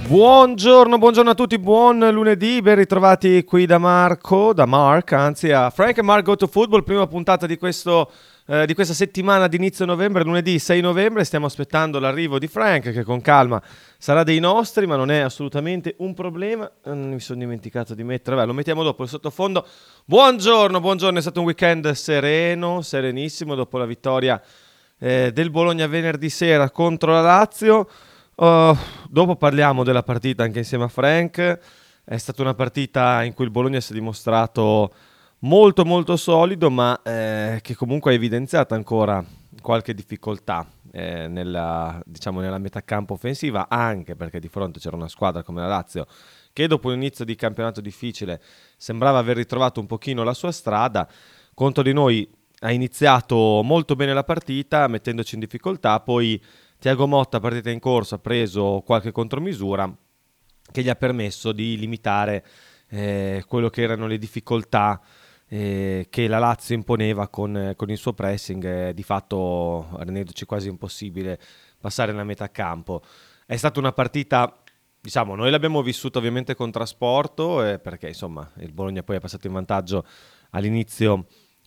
Buongiorno a tutti, buon lunedì, ben ritrovati qui da Mark, anzi a Frank e Mark Go to Football, prima puntata di questa settimana di inizio novembre, lunedì 6 novembre, stiamo aspettando l'arrivo di Frank che con calma sarà dei nostri, ma non è assolutamente un problema, mi sono dimenticato di mettere, vabbè, lo mettiamo dopo il sottofondo. Buongiorno, è stato un weekend serenissimo dopo la vittoria del Bologna venerdì sera contro la Lazio. Dopo parliamo della partita anche insieme a Frank. È stata una partita in cui il Bologna si è dimostrato molto solido, ma che comunque ha evidenziato ancora qualche difficoltà nella metà campo offensiva, anche perché di fronte c'era una squadra come la Lazio che dopo un inizio di campionato difficile sembrava aver ritrovato un pochino la sua strada. Contro di noi ha iniziato molto bene la partita mettendoci in difficoltà, poi Thiago Motta, partita in corso, ha preso qualche contromisura che gli ha permesso di limitare quello che erano le difficoltà che la Lazio imponeva con il suo pressing, di fatto rendendoci quasi impossibile passare la metà campo. È stata una partita, diciamo, noi l'abbiamo vissuta ovviamente con trasporto, perché insomma il Bologna poi è passato in vantaggio all'inizio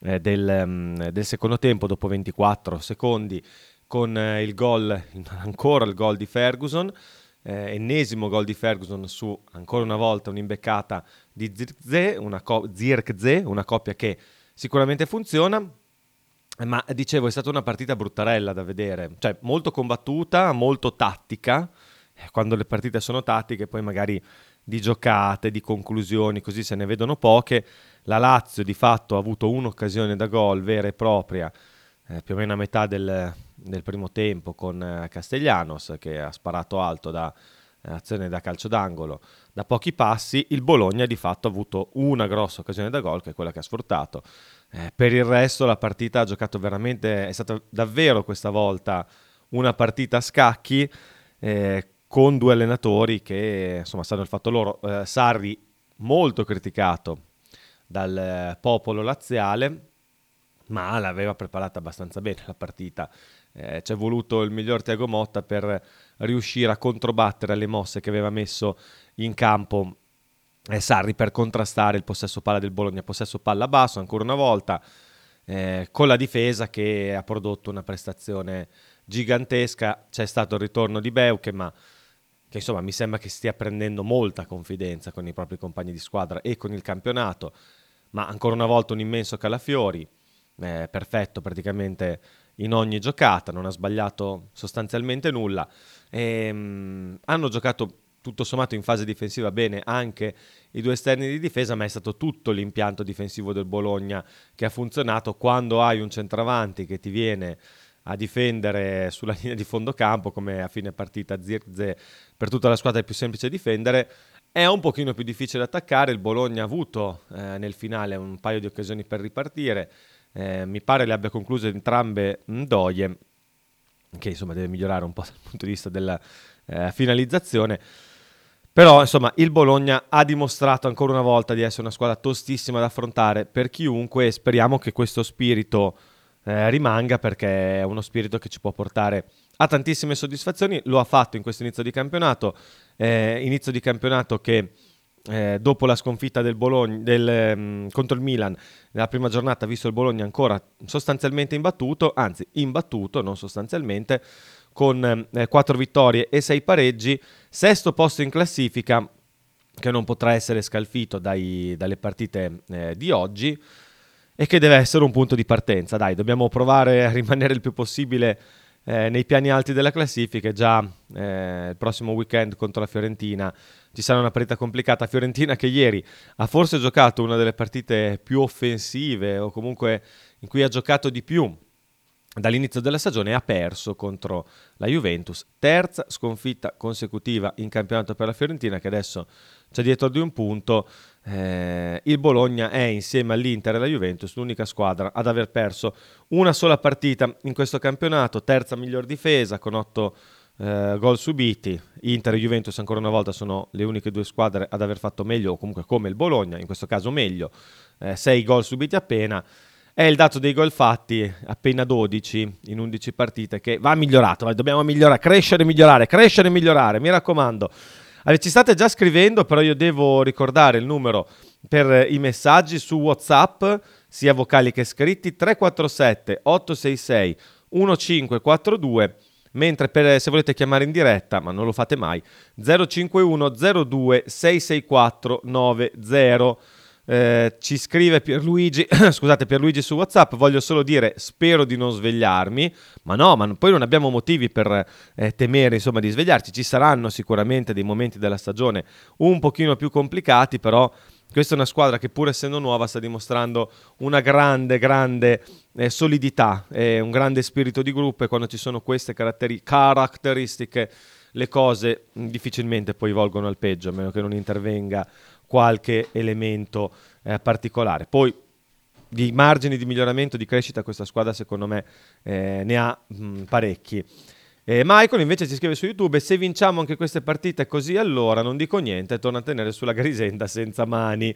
del secondo tempo, dopo 24 secondi, con ancora il gol di Ferguson, ennesimo gol di Ferguson su ancora una volta un'imbeccata di Zirkzee, una coppia che sicuramente funziona, ma dicevo è stata una partita bruttarella da vedere, cioè molto combattuta, molto tattica. Quando le partite sono tattiche poi magari di giocate, di conclusioni, così se ne vedono poche. La Lazio di fatto ha avuto un'occasione da gol vera e propria, più o meno a metà del primo tempo, con Castellanos che ha sparato alto da azione da calcio d'angolo da pochi passi. Il Bologna di fatto ha avuto una grossa occasione da gol, che è quella che ha sfruttato. Per il resto la partita ha giocato veramente, è stata davvero questa volta una partita a scacchi, con due allenatori che insomma sanno il fatto loro. Sarri molto criticato dal popolo laziale, ma l'aveva preparata abbastanza bene la partita. C'è voluto il miglior Thiago Motta per riuscire a controbattere alle mosse che aveva messo in campo Sarri per contrastare il possesso palla del Bologna, possesso palla basso ancora una volta, con la difesa che ha prodotto una prestazione gigantesca. C'è stato il ritorno di Beuke, ma che insomma mi sembra che stia prendendo molta confidenza con i propri compagni di squadra e con il campionato, ma ancora una volta un immenso Calafiori, perfetto praticamente in ogni giocata, non ha sbagliato sostanzialmente nulla. Hanno giocato tutto sommato in fase difensiva bene anche i due esterni di difesa, ma è stato tutto l'impianto difensivo del Bologna che ha funzionato. Quando hai un centravanti che ti viene a difendere sulla linea di fondo campo, come a fine partita Zirkzee, per tutta la squadra è più semplice difendere, è un pochino più difficile attaccare. Il Bologna ha avuto nel finale un paio di occasioni per ripartire, mi pare le abbia concluse entrambe Ndoye, che insomma deve migliorare un po' dal punto di vista della finalizzazione. Però insomma il Bologna ha dimostrato ancora una volta di essere una squadra tostissima da affrontare per chiunque, e speriamo che questo spirito rimanga, perché è uno spirito che ci può portare a tantissime soddisfazioni. Lo ha fatto in questo inizio di campionato che dopo la sconfitta del Bologna contro il Milan nella prima giornata ha visto il Bologna ancora sostanzialmente imbattuto, non sostanzialmente, con 4 vittorie e 6 pareggi, sesto posto in classifica, che non potrà essere scalfito dalle partite di oggi, e che deve essere un punto di partenza. Dai, dobbiamo provare a rimanere il più possibile nei piani alti della classifica. Già il prossimo weekend contro la Fiorentina ci sarà una partita complicata. Fiorentina che ieri ha forse giocato una delle partite più offensive, o comunque in cui ha giocato di più dall'inizio della stagione, e ha perso contro la Juventus. Terza sconfitta consecutiva in campionato per la Fiorentina, che adesso c'è dietro di un punto. Il Bologna è, insieme all'Inter e alla Juventus, l'unica squadra ad aver perso una sola partita in questo campionato. Terza miglior difesa con 8 gol subiti. Inter e Juventus ancora una volta sono le uniche due squadre ad aver fatto meglio, o comunque come il Bologna, in questo caso meglio, 6 gol subiti appena. È il dato dei gol fatti, appena 12 in 11 partite, che va migliorato. Dobbiamo migliorare, crescere e migliorare, mi raccomando. Ci state già scrivendo, però io devo ricordare il numero per i messaggi su WhatsApp, sia vocali che scritti, 347 866 1542, mentre se volete chiamare in diretta, ma non lo fate mai, 051 02 664 90. Ci scrive Pierluigi scusate, Pierluigi su WhatsApp: voglio solo dire, spero di non svegliarmi. Ma no, ma poi non abbiamo motivi per temere, insomma, di svegliarci. Ci saranno sicuramente dei momenti della stagione un pochino più complicati, però questa è una squadra che, pur essendo nuova, sta dimostrando una grande solidità e un grande spirito di gruppo, e quando ci sono queste caratteristiche le cose difficilmente poi volgono al peggio, a meno che non intervenga qualche elemento particolare. Poi di margini di miglioramento, di crescita, questa squadra secondo me ne ha parecchi. Michael invece ci scrive su YouTube: se vinciamo anche queste partite così, allora non dico niente, torna a tenere sulla Grisenda senza mani.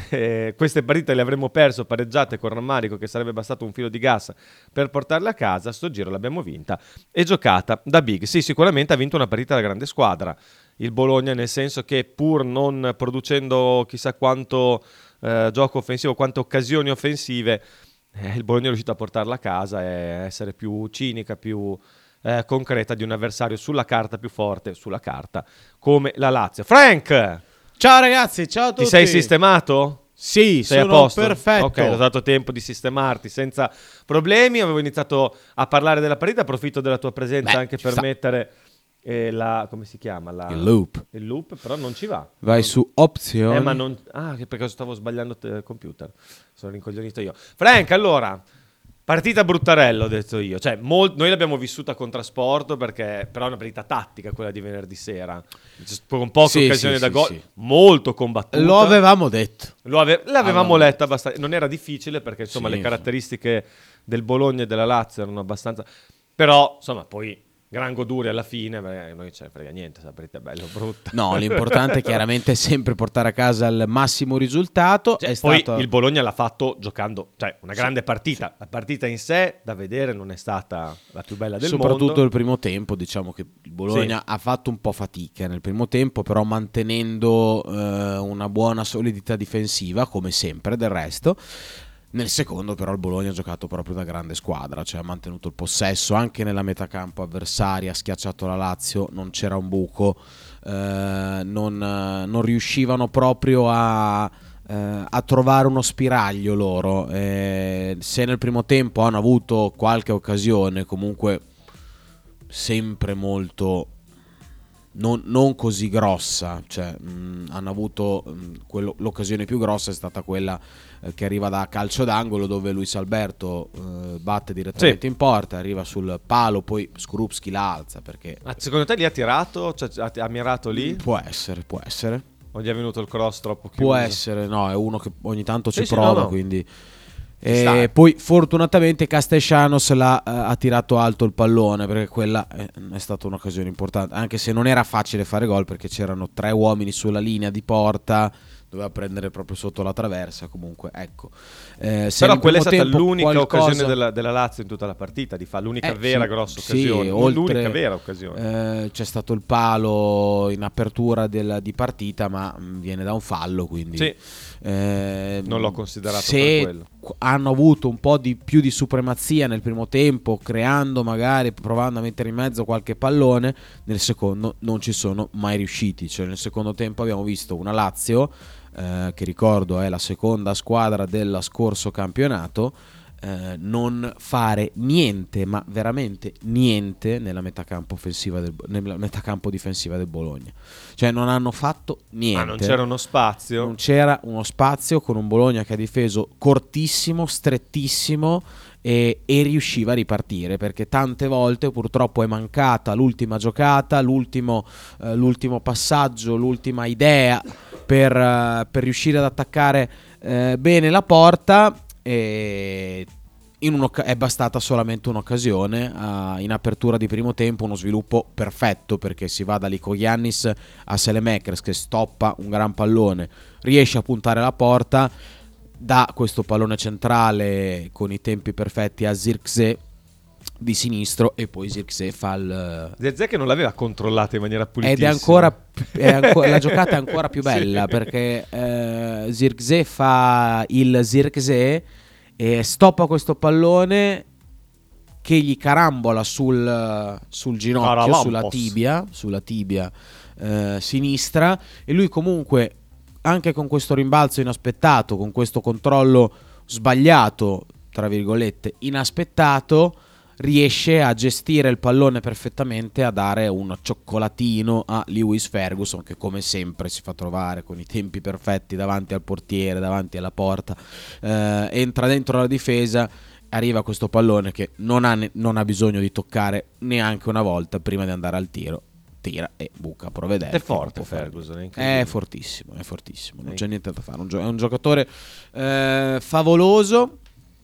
Queste partite le avremmo perso pareggiate con rammarico, che sarebbe bastato un filo di gas per portarle a casa. Sto giro l'abbiamo vinta e giocata da big. Sì, sicuramente ha vinto una partita da grande squadra il Bologna, nel senso che, pur non producendo chissà quanto gioco offensivo, quante occasioni offensive, il Bologna è riuscito a portarla a casa e essere più cinica, più concreta di un avversario sulla carta più forte, sulla carta, come la Lazio. Frank! Ciao ragazzi, ciao a tutti! Ti sei sistemato? Sì, sei sono a posto? perfetto. Ok, ho dato tempo di sistemarti senza problemi. Avevo iniziato a parlare della partita, approfitto della tua presenza anche per mettere come si chiama? Il loop. Il loop, però non ci va. Vai su opzioni. Ma non... che perché stavo sbagliando il computer. Sono rincoglionito io. Frank, allora, partita bruttarello, ho detto io. Cioè, noi l'abbiamo vissuta con trasporto, perché però è una partita tattica quella di venerdì sera, con poche occasioni da gol, molto combattuta. Lo avevamo detto. L'avevamo letta abbastanza. Non era difficile, perché insomma le caratteristiche del Bologna e della Lazio erano abbastanza... Però, insomma, poi... gran goduria alla fine, perché non ce ne frega niente, la partita è bella o brutta. No, l'importante chiaramente è sempre portare a casa il massimo risultato. Poi il Bologna l'ha fatto giocando, cioè una grande partita. Sì. La partita in sé, da vedere, non è stata la più bella del mondo. Soprattutto il primo tempo, diciamo che il Bologna ha fatto un po' fatica nel primo tempo, però mantenendo una buona solidità difensiva, come sempre del resto. Nel secondo però il Bologna ha giocato proprio da grande squadra, cioè ha mantenuto il possesso anche nella metacampo avversaria, ha schiacciato la Lazio, non c'era un buco, non riuscivano proprio a trovare uno spiraglio loro. Se nel primo tempo hanno avuto qualche occasione, comunque sempre molto... Non così grossa, cioè hanno avuto l'occasione più grossa è stata quella che arriva da calcio d'angolo, dove Luis Alberto batte direttamente in porta, arriva sul palo, poi Skorupski la alza, perché... secondo te lì ha tirato? Cioè, ha mirato lì? Può essere. O gli è venuto il cross troppo chiuso? Può essere, no, è uno che ogni tanto ci prova, quindi... Poi fortunatamente Castellanos ha tirato alto il pallone, perché quella è stata un'occasione importante, anche se non era facile fare gol, perché c'erano 3 uomini sulla linea di porta, doveva prendere proprio sotto la traversa. Comunque ecco, però quella è stata l'unica occasione della Lazio in tutta la partita, l'unica vera grossa occasione, l'unica vera occasione. C'è stato il palo in apertura di partita, ma viene da un fallo, quindi non l'ho considerato per quello. Hanno avuto un po' di più di supremazia nel primo tempo, creando, magari provando a mettere in mezzo qualche pallone, nel secondo non ci sono mai riusciti. Cioè nel secondo tempo abbiamo visto una Lazio che, ricordo, è la seconda squadra dello scorso campionato, non fare niente, ma veramente niente, nella metacampo difensiva del Bologna. Cioè non hanno fatto niente. Non c'era uno spazio? Non c'era uno spazio, con un Bologna che ha difeso cortissimo, strettissimo, e riusciva a ripartire, perché tante volte purtroppo è mancata l'ultima giocata, l'ultimo passaggio, l'ultima idea per riuscire ad attaccare bene la porta. E è bastata solamente un'occasione in apertura di primo tempo, uno sviluppo perfetto, perché si va da Lykogiannis a Saelemaekers, che stoppa un gran pallone, riesce a puntare la porta, dà questo pallone centrale con i tempi perfetti a Zirkzee, di sinistro, e poi Zirkzee fa il... Zirkzee che non l'aveva controllata in maniera pulitissima. Ed la giocata è ancora più bella, sì, perché Zirkzee fa il Zirkzee e stoppa questo pallone che gli carambola sul ginocchio, sulla tibia sinistra, e lui comunque, anche con questo rimbalzo inaspettato, con questo controllo sbagliato, tra virgolette, inaspettato, riesce a gestire il pallone perfettamente, a dare un cioccolatino a Lewis Ferguson, che come sempre si fa trovare con i tempi perfetti davanti al portiere, davanti alla porta, entra dentro la difesa, arriva questo pallone che non ha bisogno di toccare neanche una volta prima di andare al tiro, tira e buca provvedere. È forte Ferguson, è fortissimo, non c'è niente da fare, è un giocatore favoloso.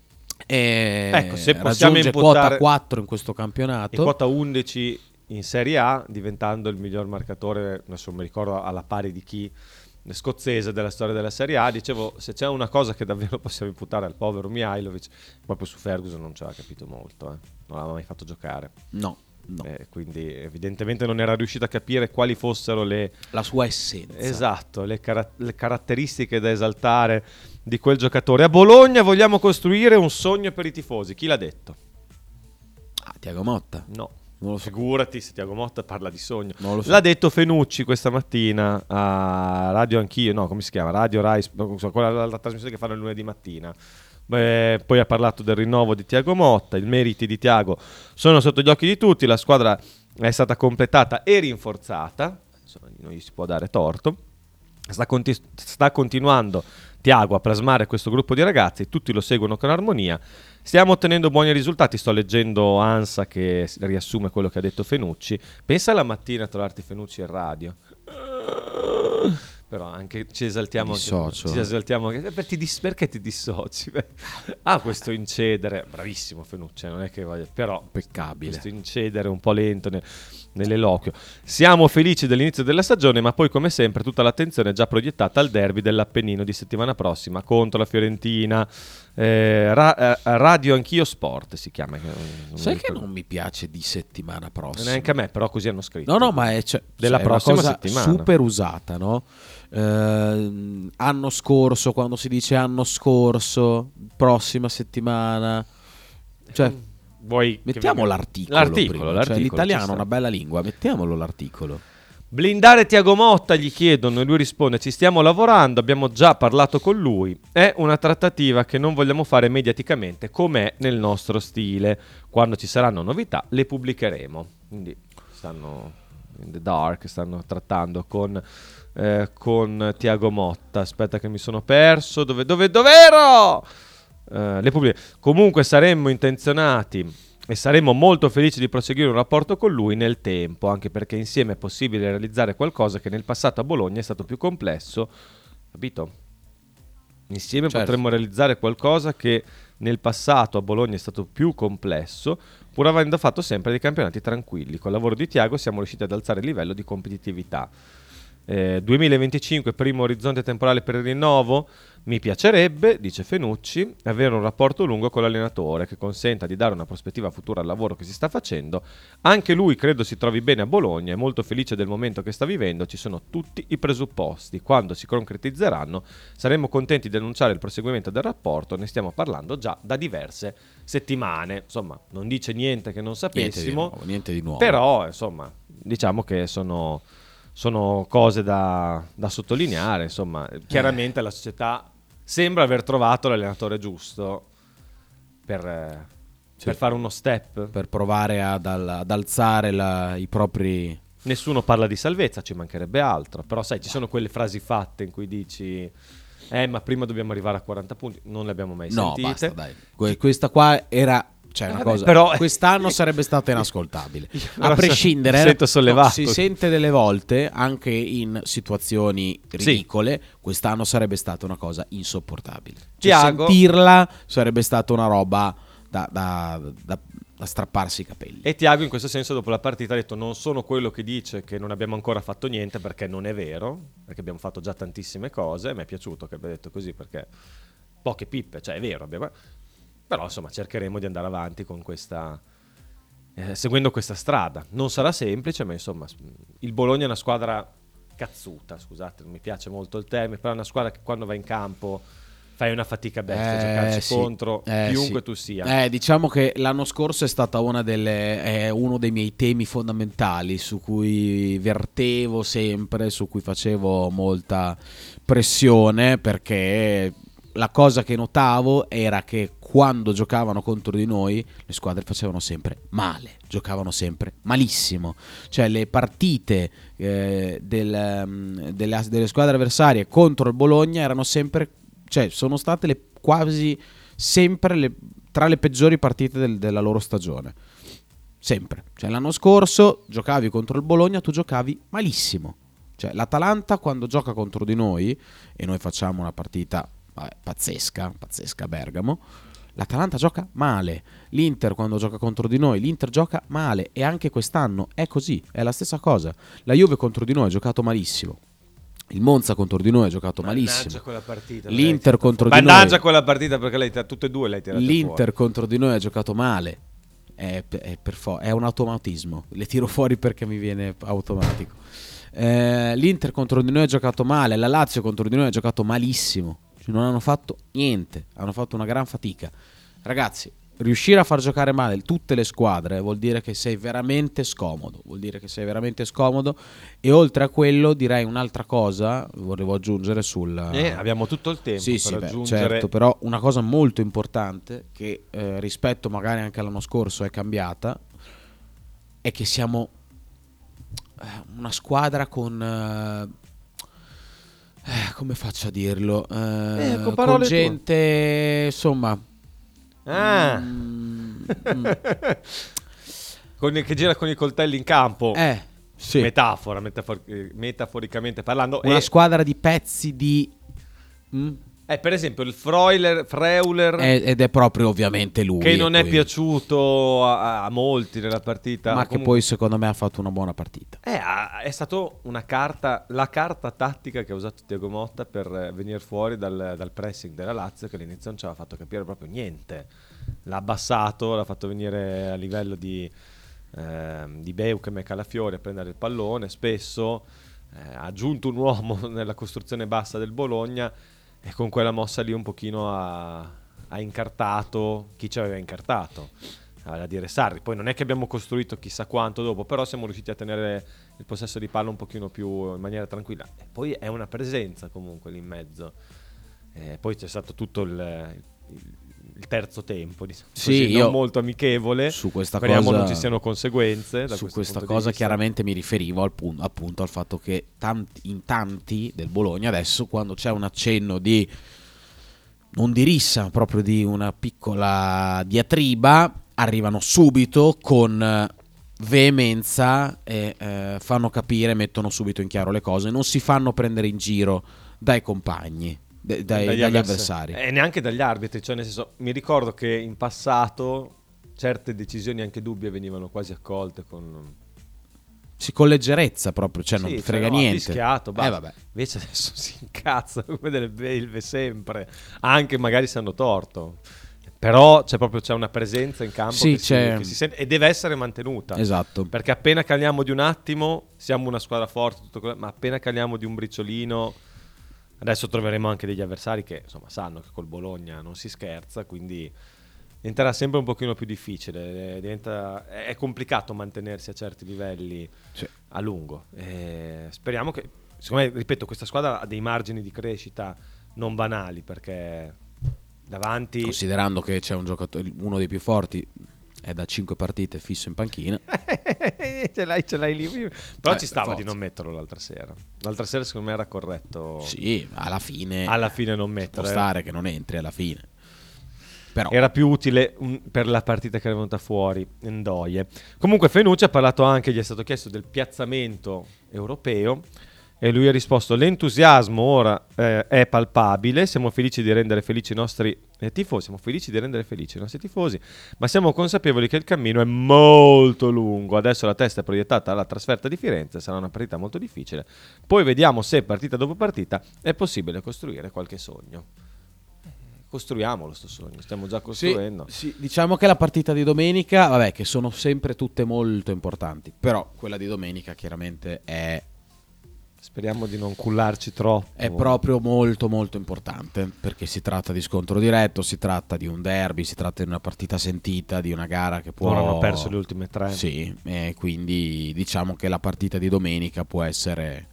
Ecco, se possiamo raggiunge quota 4 in questo campionato e quota 11 in Serie A, diventando il miglior marcatore, adesso non mi ricordo alla pari di chi, scozzese della storia della Serie A. Dicevo, se c'è una cosa che davvero possiamo imputare al povero Mihajlovic, proprio su Ferguson non ci ha capito molto, non l'aveva mai fatto giocare, no. Quindi evidentemente non era riuscito a capire quali fossero la sua essenza, esatto, le caratteristiche da esaltare di quel giocatore. A Bologna vogliamo costruire un sogno per i tifosi. Chi l'ha detto? Tiago Motta? No, non lo so. Figurati se Tiago Motta parla di sogno. Non lo so. L'ha detto Fenucci questa mattina a Radio Anch'io, no, come si chiama? Radio Rai, quella la trasmissione che fanno il lunedì mattina. Poi ha parlato del rinnovo di Tiago Motta. I meriti di Tiago sono sotto gli occhi di tutti. La squadra è stata completata e rinforzata, insomma, non gli si può dare torto. Sta continuando Tiago a plasmare questo gruppo di ragazzi, tutti lo seguono con armonia. Stiamo ottenendo buoni risultati. Sto leggendo ANSA che riassume quello che ha detto Fenucci. Pensa alla mattina a trovarti Fenucci in radio. Però anche ci esaltiamo, perché ti dissoci? Questo incedere, bravissimo Fenucci, non è che però impeccabile, questo incedere un po' lento nell'eloquio. Siamo felici dell'inizio della stagione, ma poi come sempre tutta l'attenzione è già proiettata al derby dell'Appennino di settimana prossima contro la Fiorentina. Radio Anch'io Sport si chiama. Sai che non mi piace di settimana prossima? Neanche a me, però così hanno scritto. No, ma è della prossima cosa settimana. Super usata, no? Anno scorso, quando si dice anno scorso, prossima settimana, cioè mettiamo l'articolo prima. Cioè, l'italiano è una bella lingua, mettiamolo l'articolo. Blindare Tiago Motta, gli chiedono, e lui risponde: ci stiamo lavorando, abbiamo già parlato con lui, è una trattativa che non vogliamo fare mediaticamente, com'è nel nostro stile. Quando ci saranno novità le pubblicheremo. Quindi stanno in the dark, stanno trattando con Tiago Motta. Aspetta che mi sono perso, dov'ero? Comunque saremmo intenzionati e saremmo molto felici di proseguire un rapporto con lui nel tempo, anche perché insieme è possibile realizzare qualcosa che nel passato a Bologna è stato più complesso, capito? Insieme potremmo realizzare qualcosa che nel passato a Bologna è stato più complesso, pur avendo fatto sempre dei campionati tranquilli. Col lavoro di Tiago siamo riusciti ad alzare il livello di competitività. 2025 primo orizzonte temporale per il rinnovo. Mi piacerebbe, dice Fenucci, avere un rapporto lungo con l'allenatore che consenta di dare una prospettiva futura al lavoro che si sta facendo. Anche lui credo si trovi bene a Bologna, è molto felice del momento che sta vivendo, ci sono tutti i presupposti. Quando si concretizzeranno saremo contenti di annunciare il proseguimento del rapporto, ne stiamo parlando già da diverse settimane. Insomma, non dice niente che non sapessimo, niente di nuovo. Però insomma, diciamo che sono cose da sottolineare. Insomma, chiaramente la società sembra aver trovato l'allenatore giusto per fare uno step, per provare ad alzare i propri. Nessuno parla di salvezza, ci mancherebbe altro, però sai, ci sono quelle frasi fatte in cui dici ma prima dobbiamo arrivare a 40 punti, non le abbiamo mai sentite. No, basta, dai. Questa qua era una cosa, però quest'anno sarebbe stata inascoltabile. A prescindere, sento sollevato. Si sente delle volte anche in situazioni ridicole. Sì. Quest'anno sarebbe stata una cosa insopportabile. Sentirla sarebbe stata una roba da strapparsi i capelli. E Tiago in questo senso dopo la partita ha detto: non sono quello che dice che non abbiamo ancora fatto niente, perché non è vero, perché abbiamo fatto già tantissime cose. Mi è piaciuto che abbia detto così, perché poche pippe, cioè è vero, però insomma cercheremo di andare avanti con questa seguendo questa strada. Non sarà semplice, ma insomma il Bologna è una squadra cazzuta, scusate, non mi piace molto il termine, però è una squadra che quando va in campo fai una fatica bestia giocarci sì, contro chiunque sì. tu sia. Diciamo che l'anno scorso è stata uno dei miei temi fondamentali su cui vertevo sempre, su cui facevo molta pressione, perché la cosa che notavo era che quando giocavano contro di noi le squadre facevano sempre male, giocavano sempre malissimo. Cioè le partite delle squadre avversarie contro il Bologna erano sempre, cioè sono state quasi sempre tra le peggiori partite della loro stagione. Sempre. Cioè l'anno scorso giocavi contro il Bologna, tu giocavi malissimo. Cioè l'Atalanta quando gioca contro di noi, e noi facciamo una partita pazzesca a Bergamo, l'Atalanta gioca male. L'Inter quando gioca contro di noi, l'Inter gioca male, e anche quest'anno è così, è la stessa cosa. La Juve contro di noi ha giocato malissimo. Il Monza contro di noi ha giocato malissimo. Quella partita, L'Inter contro di noi. Mannaggia quella partita, perché tutte e due l'hai tirate L'Inter fuori. contro di noi ha giocato male. È un automatismo. Le tiro fuori perché mi viene automatico. L'Inter contro di noi ha giocato male. La Lazio contro di noi ha giocato malissimo. Non hanno fatto niente. Hanno fatto una gran fatica. Ragazzi, riuscire a far giocare male tutte le squadre vuol dire che sei veramente scomodo. E oltre a quello direi un'altra cosa. Volevo aggiungere abbiamo tutto il tempo per aggiungere. Certo, però una cosa molto importante che rispetto magari anche all'anno scorso è cambiata, è che siamo una squadra con come faccio a dirlo, con gente insomma che gira con i coltelli in campo. Sì. Metafora, metaforicamente parlando. Una squadra di pezzi di per esempio il Freuler ed è proprio ovviamente lui, che non è piaciuto a molti nella partita, ma che poi secondo me ha fatto una buona partita. È stato la carta tattica che ha usato Thiago Motta per venire fuori dal pressing della Lazio, che all'inizio non ci aveva fatto capire proprio niente. L'ha abbassato, l'ha fatto venire a livello di Beukem e Calafiori a prendere il pallone spesso, ha aggiunto un uomo nella costruzione bassa del Bologna, e con quella mossa lì un pochino ha incartato chi ci aveva incartato, a dire Sarri. Poi non è che abbiamo costruito chissà quanto dopo, però siamo riusciti a tenere il possesso di palla un pochino più in maniera tranquilla, e poi è una presenza comunque lì in mezzo. Poi c'è stato tutto il terzo tempo, diciamo così, non molto amichevole. Su questa speriamo cosa non ci siano conseguenze su questa cosa. Chiaramente mi riferivo appunto al fatto che in tanti del Bologna adesso, quando c'è un accenno di non di rissa, proprio di una piccola diatriba, arrivano subito con veemenza e fanno capire, mettono subito in chiaro le cose, non si fanno prendere in giro dai compagni, dagli avversari, e neanche dagli arbitri. Cioè, nel senso, mi ricordo che in passato certe decisioni anche dubbie venivano quasi accolte con leggerezza proprio, cioè non frega niente, fischiato, vabbè. Invece adesso si incazza come delle belve sempre, anche magari se hanno torto, però c'è una presenza in campo che si sente, e deve essere mantenuta. Esatto. Perché appena caliamo di un attimo siamo una squadra forte, ma appena caliamo di un briciolino, adesso troveremo anche degli avversari che insomma sanno che col Bologna non si scherza, quindi diventerà sempre un pochino più difficile, è complicato mantenersi a certi livelli a lungo. Speriamo che, secondo me, ripeto, questa squadra ha dei margini di crescita non banali, perché davanti, considerando che c'è un giocatore, uno dei più forti, è da 5 partite fisso in panchina. ce l'hai lì. Però ci stava di non metterlo l'altra sera. L'altra sera secondo me era corretto. Sì, alla fine non mettere. Può stare che non entri alla fine. Però era più utile per la partita che era venuta fuori Ndoye. Comunque Fenucci ha parlato anche, gli è stato chiesto del piazzamento europeo, e lui ha risposto: l'entusiasmo ora è palpabile, siamo felici di rendere felici i nostri tifosi, ma siamo consapevoli che il cammino è molto lungo. Adesso la testa è proiettata alla trasferta di Firenze, sarà una partita molto difficile, poi vediamo se partita dopo partita è possibile costruire qualche sogno. costruiamo sto sogno, stiamo già costruendo. Sì, diciamo che la partita di domenica, vabbè, che sono sempre tutte molto importanti, però quella di domenica chiaramente è... Speriamo di non cullarci troppo. È proprio molto molto importante, perché si tratta di scontro diretto, si tratta di un derby, si tratta di una partita sentita, di una gara che può... Ora hanno perso le ultime 3. Sì, e quindi diciamo che la partita di domenica può essere...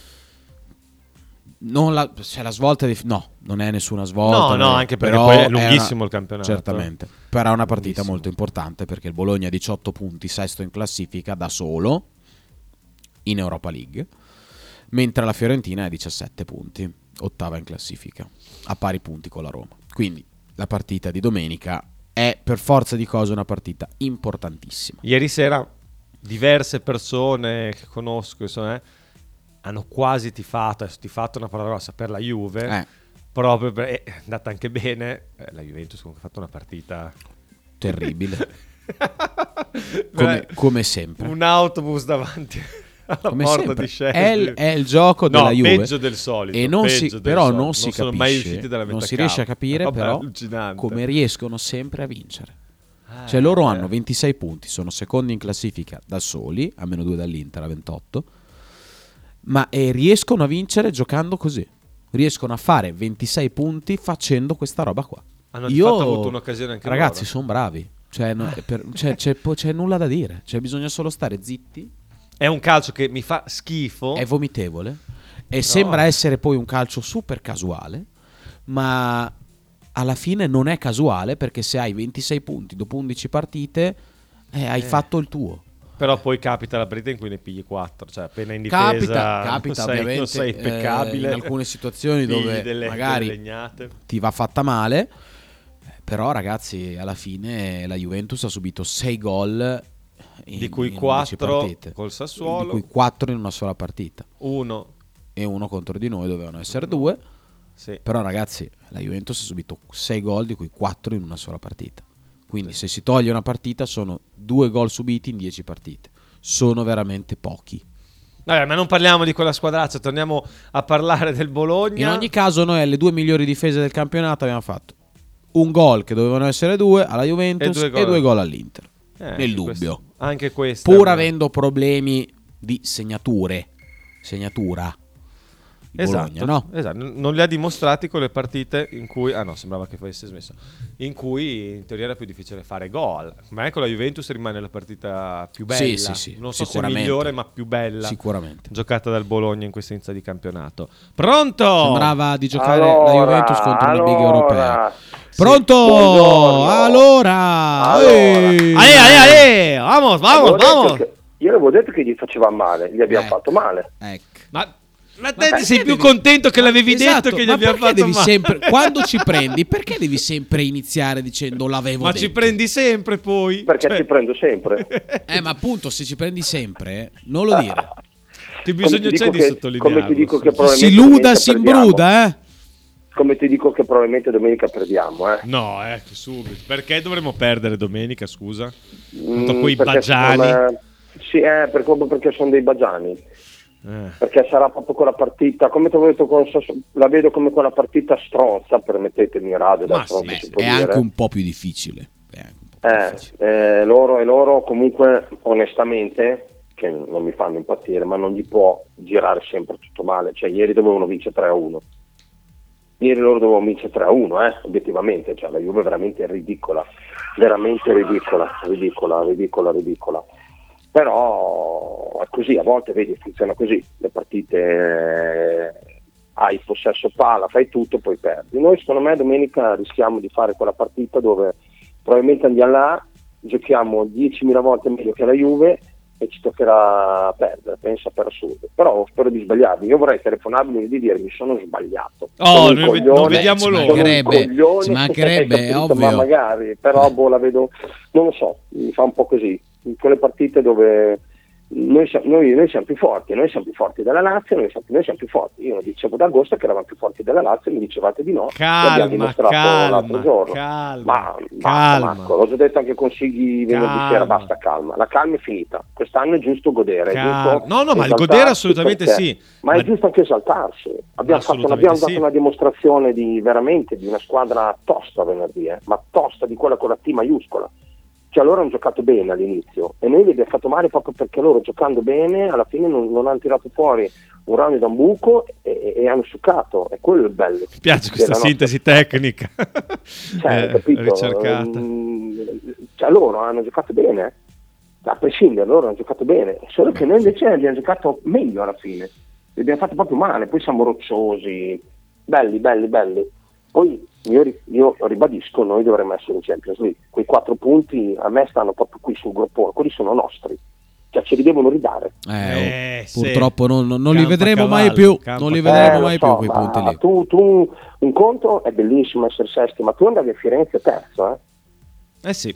c'è la svolta di... No, non è nessuna svolta. No, anche perché poi è lunghissimo il campionato. Certamente, però è una partita molto importante, perché il Bologna ha 18 punti, sesto in classifica da solo in Europa League, mentre la Fiorentina è a 17 punti, ottava in classifica, a pari punti con la Roma. Quindi la partita di domenica è per forza di cose una partita importantissima. Ieri sera diverse persone che conosco, insomma, hanno quasi tifato una parola grossa per la Juve, proprio è andata anche bene. La Juventus comunque ha fatto una partita terribile, come sempre. Un autobus davanti alla porta di Chelsea. È il gioco della Juve, peggio del solito, e non si capisce, sono mai usciti dalla metà non si riesce a capire. Vabbè, però allucinante. Come riescono sempre a vincere. Cioè loro hanno 26 punti, sono secondi in classifica da soli, a meno 2 dall'Inter a 28, ma riescono a vincere giocando così, riescono a fare 26 punti facendo questa roba qua. Hanno avuto un'occasione anche ragazzi, loro. sono bravi, c'è nulla da dire, cioè bisogna solo stare zitti. È un calcio che mi fa schifo, è vomitevole e sembra essere poi un calcio super casuale, ma alla fine non è casuale, perché se hai 26 punti dopo 11 partite hai fatto il tuo. Però poi capita la partita in cui ne pigli 4, cioè appena in difesa capita ovviamente, non sei impeccabile, in alcune situazioni dove magari legnate. Ti va fatta male. Però ragazzi, alla fine la Juventus ha subito 6 gol di cui 4 col Sassuolo, di cui 4 in una sola partita, uno contro di noi, dovevano essere 2. Sì. Però ragazzi, la Juventus ha subito 6 gol di cui 4 in una sola partita. Quindi se si toglie una partita sono 2 gol subiti in 10 partite. Sono veramente pochi. Vabbè, ma non parliamo di quella squadraccia, torniamo a parlare del Bologna. In ogni caso noi alle 2 migliori difese del campionato abbiamo fatto un gol che dovevano essere 2 alla Juventus e 2 gol all'Inter. Nel dubbio. Anche questo. Pur avendo problemi di segnatura. Bologna, no? Esatto, non li ha dimostrati con le partite in cui sembrava che fosse smesso, in cui in teoria era più difficile fare gol. Ma con la Juventus rimane la partita più bella, sì, non so se migliore, ma più bella sicuramente giocata dal Bologna in questa inizio di campionato. Pronto? Sembrava di giocare la Juventus contro una big europea. Pronto? Buongiorno. Allora. Vamos. Io avevo detto che gli faceva male, gli abbiamo fatto male. Ecco. Ma te sei più contento che l'avevi detto che gli abbiamo fatto male? Sempre, quando ci prendi, perché devi sempre iniziare dicendo l'avevo detto? Ma ci prendi sempre poi? Perché ci prendo sempre. Ma appunto, se ci prendi sempre, non lo dire. Che bisogno c'è di sottolinearlo? Come ti dico che si luda, si imbruda, Come ti dico che probabilmente domenica perdiamo, No, subito. Perché dovremmo perdere domenica, scusa? Contro quei baggiani. Proprio perché sono dei baggiani. Perché sarà proprio quella partita, come ti avevo detto, la vedo come quella partita stronza, permettetemi, radio da stronza, si può è dire. Anche un po' più difficile. Loro comunque, onestamente, che non mi fanno impazzire, ma non gli può girare sempre tutto male. Cioè ieri dovevano vincere 3-1. Ieri loro dovevano vincere 3-1, obiettivamente, cioè la Juve è veramente ridicola, ridicola. Però è così, a volte vedi, funziona così, le partite hai possesso palla, fai tutto, poi perdi. Noi secondo me domenica rischiamo di fare quella partita dove probabilmente andiamo là, giochiamo 10.000 volte meglio che la Juve e ci toccherà perdere, pensa, per assurdo. Però spero di sbagliarmi, io vorrei telefonarmi e di dirmi sono sbagliato. Non vediamo l'ora. Ci mancherebbe, è ovvio. Ma magari, però la vedo, non lo so, mi fa un po' così. In quelle partite dove noi siamo più forti, noi siamo più forti della Lazio, noi siamo più forti. Io dicevo da agosto che eravamo più forti della Lazio e mi dicevate di no, l'abbiamo dimostrato l'altro giorno. Ma basta, Marco, l'ho già detto anche con Sighi venerdì sera, basta, calma. La calma è finita, quest'anno è giusto godere, è giusto ma il godere assolutamente sì. Ma è giusto anche esaltarsi. Abbiamo dato una dimostrazione veramente di una squadra tosta venerdì, ma tosta, di quella con la T maiuscola. Cioè loro hanno giocato bene all'inizio e noi li abbiamo fatto male proprio perché loro, giocando bene, alla fine non hanno tirato fuori un ragno da un buco e hanno succato, e quello è il bello. Mi piace questa sintesi tecnica, capito? Ricercata. Cioè loro hanno giocato bene, a prescindere, loro hanno giocato bene, solo che noi invece abbiamo giocato meglio alla fine, li abbiamo fatti proprio male, poi siamo rocciosi, belli. Poi io ribadisco, noi dovremmo essere in Champions League. Quei 4 punti a me stanno proprio qui sul groppone, quelli sono nostri, cioè ce li devono ridare. Purtroppo non li vedremo mai più. Non li vedremo mai più quei punti lì. Tu un conto è bellissimo essere sesti, ma tu andavi a Firenze terzo, Sì.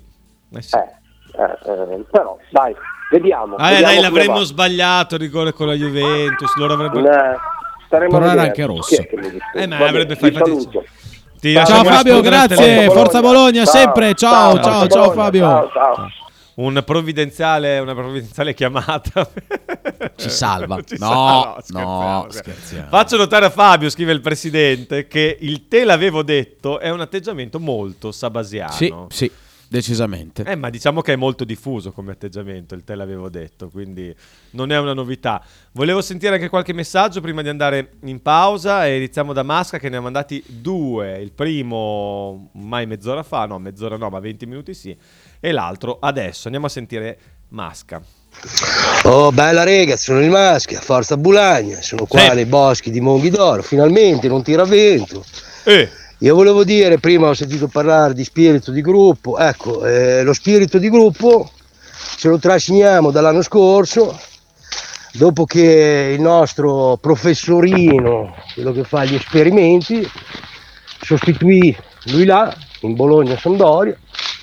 Però dai, vediamo. Dai, l'avremmo sbagliato, rigore con la Juventus, loro avrebbero però era anche rosso. Ma avrebbe fatto. Ciao Fabio, grazie. Forza Bologna sempre. Ciao Fabio. Ciao. Una provvidenziale chiamata ci salva. No, scherziamo. Faccio notare a Fabio, scrive il presidente, che il te l'avevo detto è un atteggiamento molto sabasiano. Sì, decisamente. Ma diciamo che è molto diffuso come atteggiamento, il te l'avevo detto, quindi non è una novità. Volevo sentire anche qualche messaggio prima di andare in pausa e iniziamo da Masca, che ne ha mandati 2. Il primo mai mezz'ora fa, ma 20 minuti sì, e l'altro adesso. Andiamo a sentire Masca. Oh, bella rega, sono il Masca, forza Bulagna, sono qua nei boschi di Monghidoro, finalmente non tira vento. Io volevo dire, prima ho sentito parlare di spirito di gruppo, ecco, lo spirito di gruppo ce lo trasciniamo dall'anno scorso, dopo che il nostro professorino, quello che fa gli esperimenti, sostituì lui là, in Bologna Sampdoria,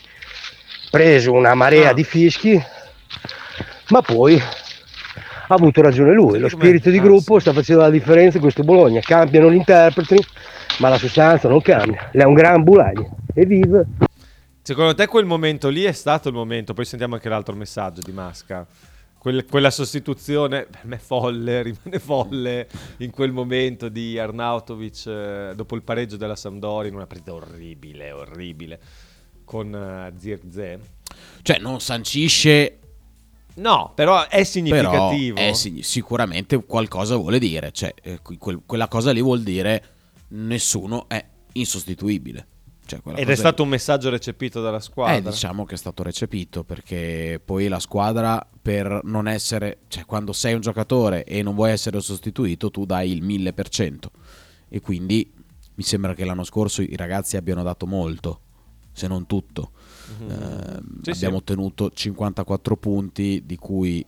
preso una marea di fischi, ma poi ha avuto ragione lui, lo spirito di gruppo sta facendo la differenza in questo Bologna, cambiano gli interpreti, ma la sostanza non cambia, è un gran Bulagna, evviva! Secondo te quel momento lì è stato il momento? Poi sentiamo anche l'altro messaggio di Masca. Quella sostituzione per me rimane folle in quel momento di Arnautovic dopo il pareggio della Sampdoria in una partita orribile con Zirkzee. Cioè non sancisce. No, però è significativo. Però sicuramente qualcosa vuole dire, cioè quella cosa lì vuol dire nessuno è insostituibile. Ed è stato un messaggio recepito dalla squadra? Diciamo che è stato recepito, perché poi la squadra, per non essere, cioè quando sei un giocatore e non vuoi essere sostituito, tu dai il 1000%, e quindi mi sembra che l'anno scorso i ragazzi abbiano dato molto, se non tutto. Abbiamo ottenuto 54 punti, di cui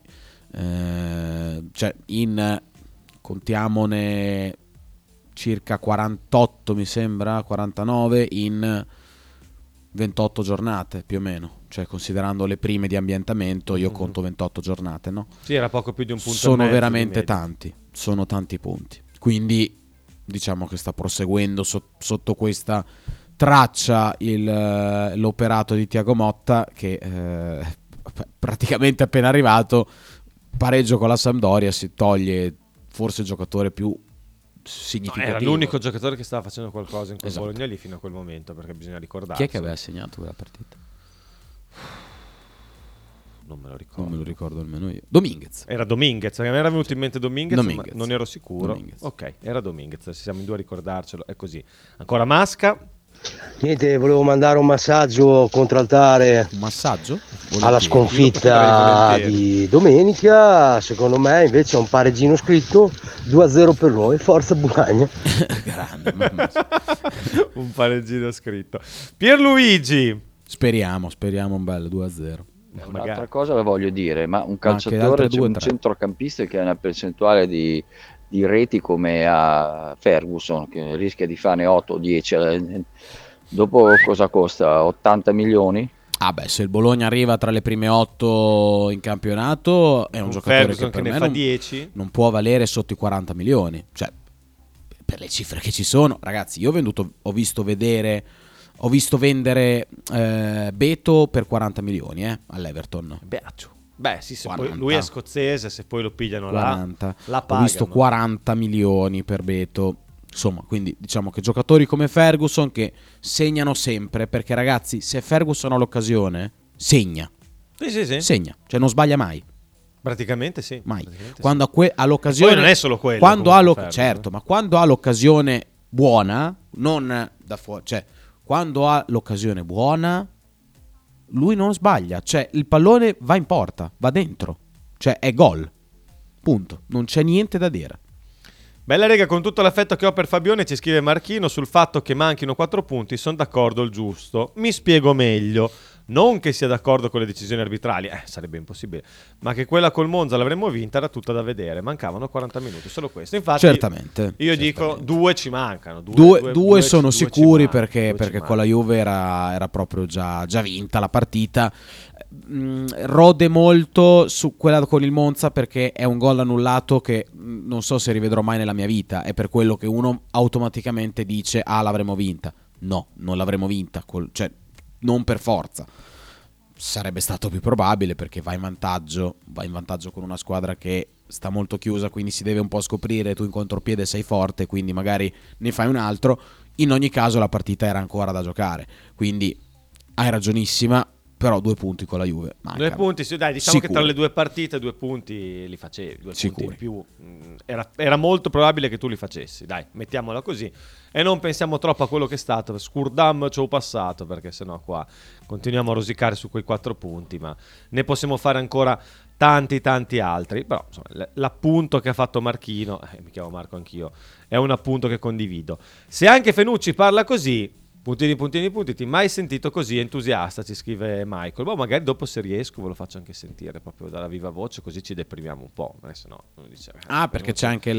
contiamone circa 48, mi sembra 49 in 28 giornate più o meno, cioè considerando le prime di ambientamento io conto 28 giornate, no? Sì, era poco più di un punto. Sono veramente tanti, sono tanti punti, quindi diciamo che sta proseguendo sotto questa traccia l'operato di Thiago Motta, che praticamente appena arrivato, pareggio con la Sampdoria, si toglie forse il giocatore più significativo. Era l'unico giocatore che stava facendo qualcosa in quel Bologna lì fino a quel momento, perché bisogna ricordarsi. Chi è che aveva segnato quella partita? Non me lo ricordo. Non me lo ricordo nemmeno io. Dominguez. Era Dominguez, mi era venuto in mente Dominguez. Ma non ero sicuro. Dominguez. Ok, era Dominguez, siamo in due a ricordarcelo, è così. Ancora Masca. Niente, volevo mandare un massaggio contraltare. Un massaggio? Alla sconfitta di domenica. Secondo me invece è un pareggino scritto, 2-0 per noi, forza Bulagna. Grande. Un pareggino scritto. Pierluigi. Speriamo un bello 2-0. Un'altra cosa la voglio dire, ma un calciatore, un centrocampista che ha una percentuale di reti come a Ferguson, che rischia di farne 8 o 10, dopo cosa costa? 80 milioni? Se il Bologna arriva tra le prime 8 in campionato è un giocatore Ferguson che per ne me fa 10. non può valere sotto i 40 milioni. Cioè, per le cifre che ci sono, ragazzi, io ho visto vendere Beto per 40 milioni all'Everton. Sì, se poi lui è scozzese, se poi lo pigliano 40. la pagano. Ho visto 40 milioni per Beto. Insomma, quindi diciamo che giocatori come Ferguson che segnano sempre, perché ragazzi, se Ferguson ha l'occasione, segna. Sì. Segna, cioè non sbaglia mai. Praticamente sì. Mai. Praticamente quando ha l'occasione, poi non è solo quello. Certo, ma quando ha l'occasione buona, non da fuori, cioè quando ha l'occasione buona, lui non sbaglia, cioè il pallone va in porta, va dentro, cioè è gol. Punto. Non c'è niente da dire. Bella rega, con tutto l'affetto che ho per Fabione, ci scrive Marchino, sul fatto che manchino 4 punti sono d'accordo il giusto. Mi spiego meglio. Non che sia d'accordo con le decisioni arbitrali, sarebbe impossibile, ma che quella col Monza l'avremmo vinta era tutta da vedere. Mancavano 40 minuti, solo questo. Infatti certamente. Dico 2 ci mancano. Due sono sicuri perché con la Juve era proprio già vinta la partita. Rode molto su quella con il Monza perché è un gol annullato che non so se rivedrò mai nella mia vita. È per quello che uno automaticamente dice l'avremmo vinta. No, non l'avremmo vinta, cioè non per forza. Sarebbe stato più probabile perché va in vantaggio con una squadra che sta molto chiusa, quindi si deve un po' scoprire, tu in contropiede sei forte, quindi magari ne fai un altro. In ogni caso la partita era ancora da giocare, quindi hai ragionissima, però 2 punti con la Juve mancano. 2 punti, sì, dai, diciamo sicuri. Che tra le 2 partite 2 punti li facevi, 2 punti in più. Era molto probabile che tu li facessi, dai, mettiamola così. E non pensiamo troppo a quello che è stato, scurdam ci ho passato, perché sennò qua continuiamo a rosicare su quei 4 punti, ma ne possiamo fare ancora tanti altri. Però insomma, l'appunto che ha fatto Marchino, mi chiamo Marco anch'io, è un appunto che condivido. Se anche Fenucci parla così, puntini, mai sentito così entusiasta, ci scrive Michael. Magari dopo se riesco ve lo faccio anche sentire proprio dalla viva voce, così ci deprimiamo un po', se no non dice, perché c'è anche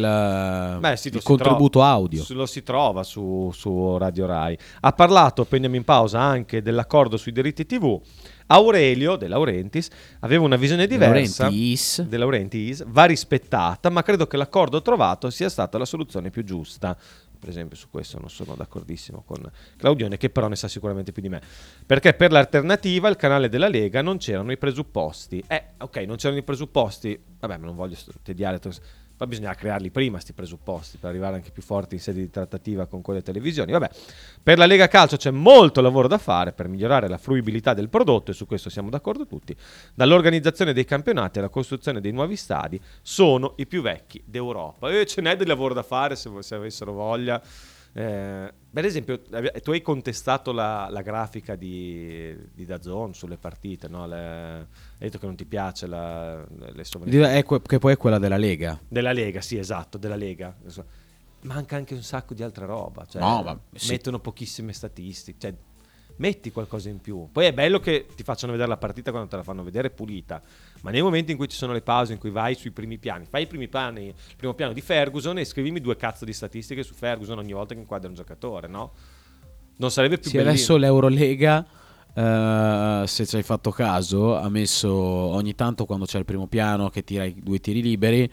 il contributo audio. Lo si trova su Radio Rai. Ha parlato, prendiamo in pausa, anche dell'accordo sui diritti TV. Aurelio De Laurentiis aveva una visione diversa. De Laurentiis va rispettata, ma credo che l'accordo trovato sia stata la soluzione più giusta. Per esempio su questo non sono d'accordissimo con Claudione, che però ne sa sicuramente più di me, perché per l'alternativa il canale della Lega non c'erano i presupposti. Ok, non c'erano i presupposti, vabbè, ma non voglio tediare, ma bisognava crearli prima sti presupposti per arrivare anche più forti in sede di trattativa con quelle televisioni. Vabbè, per la Lega Calcio c'è molto lavoro da fare per migliorare la fruibilità del prodotto, e su questo siamo d'accordo tutti. Dall'organizzazione dei campionati alla costruzione dei nuovi stadi sono i più vecchi d'Europa. Ce n'è del lavoro da fare se avessero voglia. Per esempio, tu hai contestato la grafica di DAZN sulle partite, no? Hai detto che non ti piace che poi è quella della Lega. Della Lega, sì, esatto, della Lega. Manca anche un sacco di altra roba, cioè, mettono pochissime statistiche, cioè, metti qualcosa in più. Poi è bello che ti facciano vedere la partita quando te la fanno vedere pulita, ma nei momenti in cui ci sono le pause, in cui vai sui primi piani, fai il primo piano di Ferguson e scrivimi 2 cazzo di statistiche su Ferguson ogni volta che inquadra un giocatore, no? Non sarebbe più bellino. Adesso l'Eurolega, se ci hai fatto caso, ha messo ogni tanto, quando c'è il primo piano che tira i 2 tiri liberi,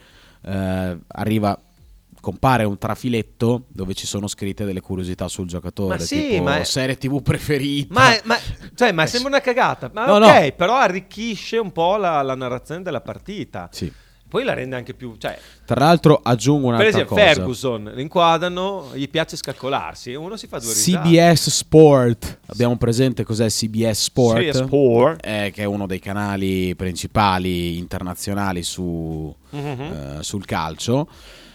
compare un trafiletto dove ci sono scritte delle curiosità sul giocatore, tipo serie TV preferita. Ma sembra una cagata. Ma però arricchisce un po' la narrazione della partita. Sì. Poi la rende anche più, cioè, tra l'altro aggiungo un'altra cosa. Per esempio Ferguson l'inquadrano, gli piace scaccolarsi, uno si fa 2 risate. CBS Sport, abbiamo presente cos'è CBS Sport? Che è uno dei canali principali internazionali sul calcio.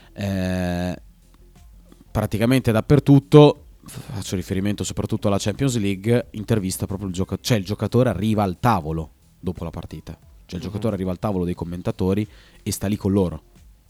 Praticamente dappertutto, faccio riferimento soprattutto alla Champions League, intervista proprio il giocatore arriva al tavolo dopo la partita, cioè il giocatore arriva al tavolo dei commentatori e sta lì con loro.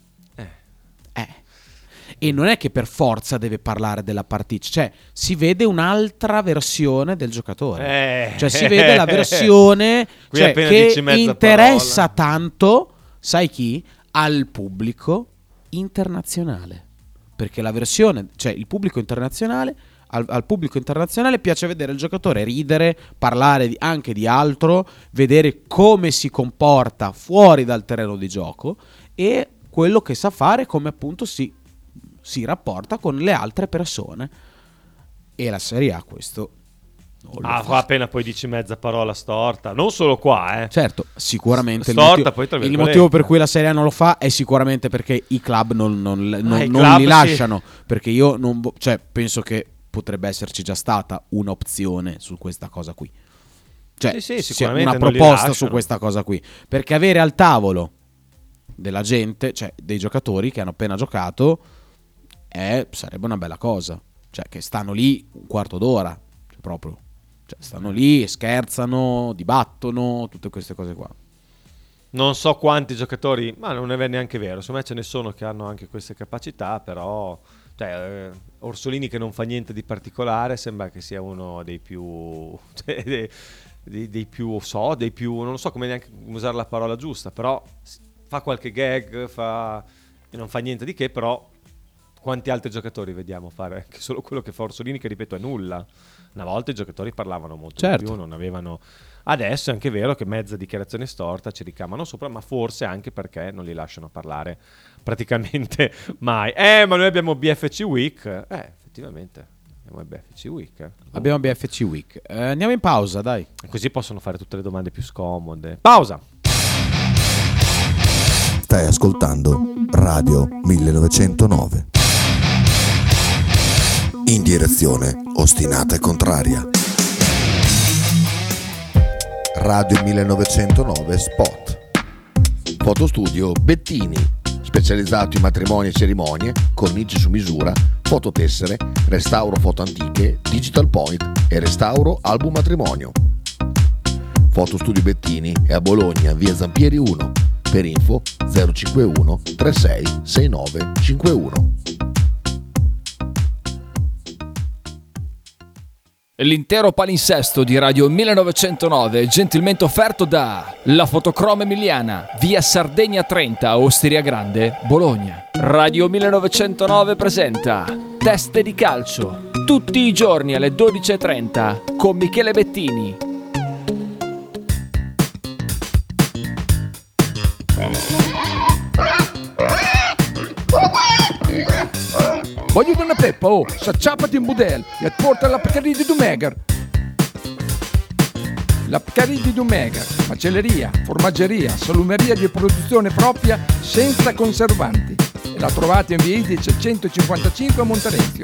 E non è che per forza deve parlare della partita, cioè si vede un'altra versione del giocatore, cioè si vede la versione che interessa tanto, sai chi? Al pubblico internazionale, perché la versione, cioè il pubblico internazionale al pubblico internazionale piace vedere il giocatore ridere, parlare anche di altro, vedere come si comporta fuori dal terreno di gioco e quello che sa fare, come appunto si rapporta con le altre persone. E la Serie A questo qua appena poi dici mezza parola storta, non solo qua, certo, sicuramente storta, il motivo per cui la Serie A non lo fa è sicuramente perché i club non li lasciano, perché io penso che potrebbe esserci già stata un'opzione su questa cosa qui, sicuramente una proposta su questa cosa qui, perché avere al tavolo della gente, cioè dei giocatori che hanno appena giocato, sarebbe una bella cosa, cioè che stanno lì un quarto d'ora, proprio, stanno lì, scherzano, dibattono, tutte queste cose qua. Non so quanti giocatori, ma non è neanche vero, secondo me ce ne sono che hanno anche queste capacità, però Orsolini, che non fa niente di particolare, sembra che sia uno dei più dei più non so come neanche usare la parola giusta, però fa qualche gag, e non fa niente di che, però quanti altri giocatori vediamo fare anche solo quello che fa Orsolini, che ripeto è nulla. Una volta i giocatori parlavano molto di più, non avevano. Adesso è anche vero che mezza dichiarazione storta ci ricamano sopra, ma forse anche perché non li lasciano parlare praticamente mai. Ma noi abbiamo BFC Week. Effettivamente abbiamo il BFC Week. Abbiamo BFC Week. Andiamo in pausa, dai. Così possono fare tutte le domande più scomode. Pausa. Stai ascoltando Radio 1909. In direzione ostinata e contraria. Radio 1909 Spot. Fotostudio Bettini, specializzato in matrimoni e cerimonie, cornici su misura, fototessere, restauro foto antiche, digital point e restauro album matrimonio. Fotostudio Bettini è a Bologna, via Zampieri 1. Per info 051 36 69 51. L'intero palinsesto di Radio 1909 è gentilmente offerto da La Fotocroma Emiliana, via Sardegna 30, Osteria Grande, Bologna. Radio 1909 presenta Teste di calcio, tutti i giorni alle 12:30 con Michele Bettini. Voglio una peppa, s'acciappati in budel e porta la Pcaridi di Dumegar. La Pcaridi di Dumegar, macelleria, formaggeria, salumeria di produzione propria senza conservanti. E la trovate in via Idice 155 a Monterezio.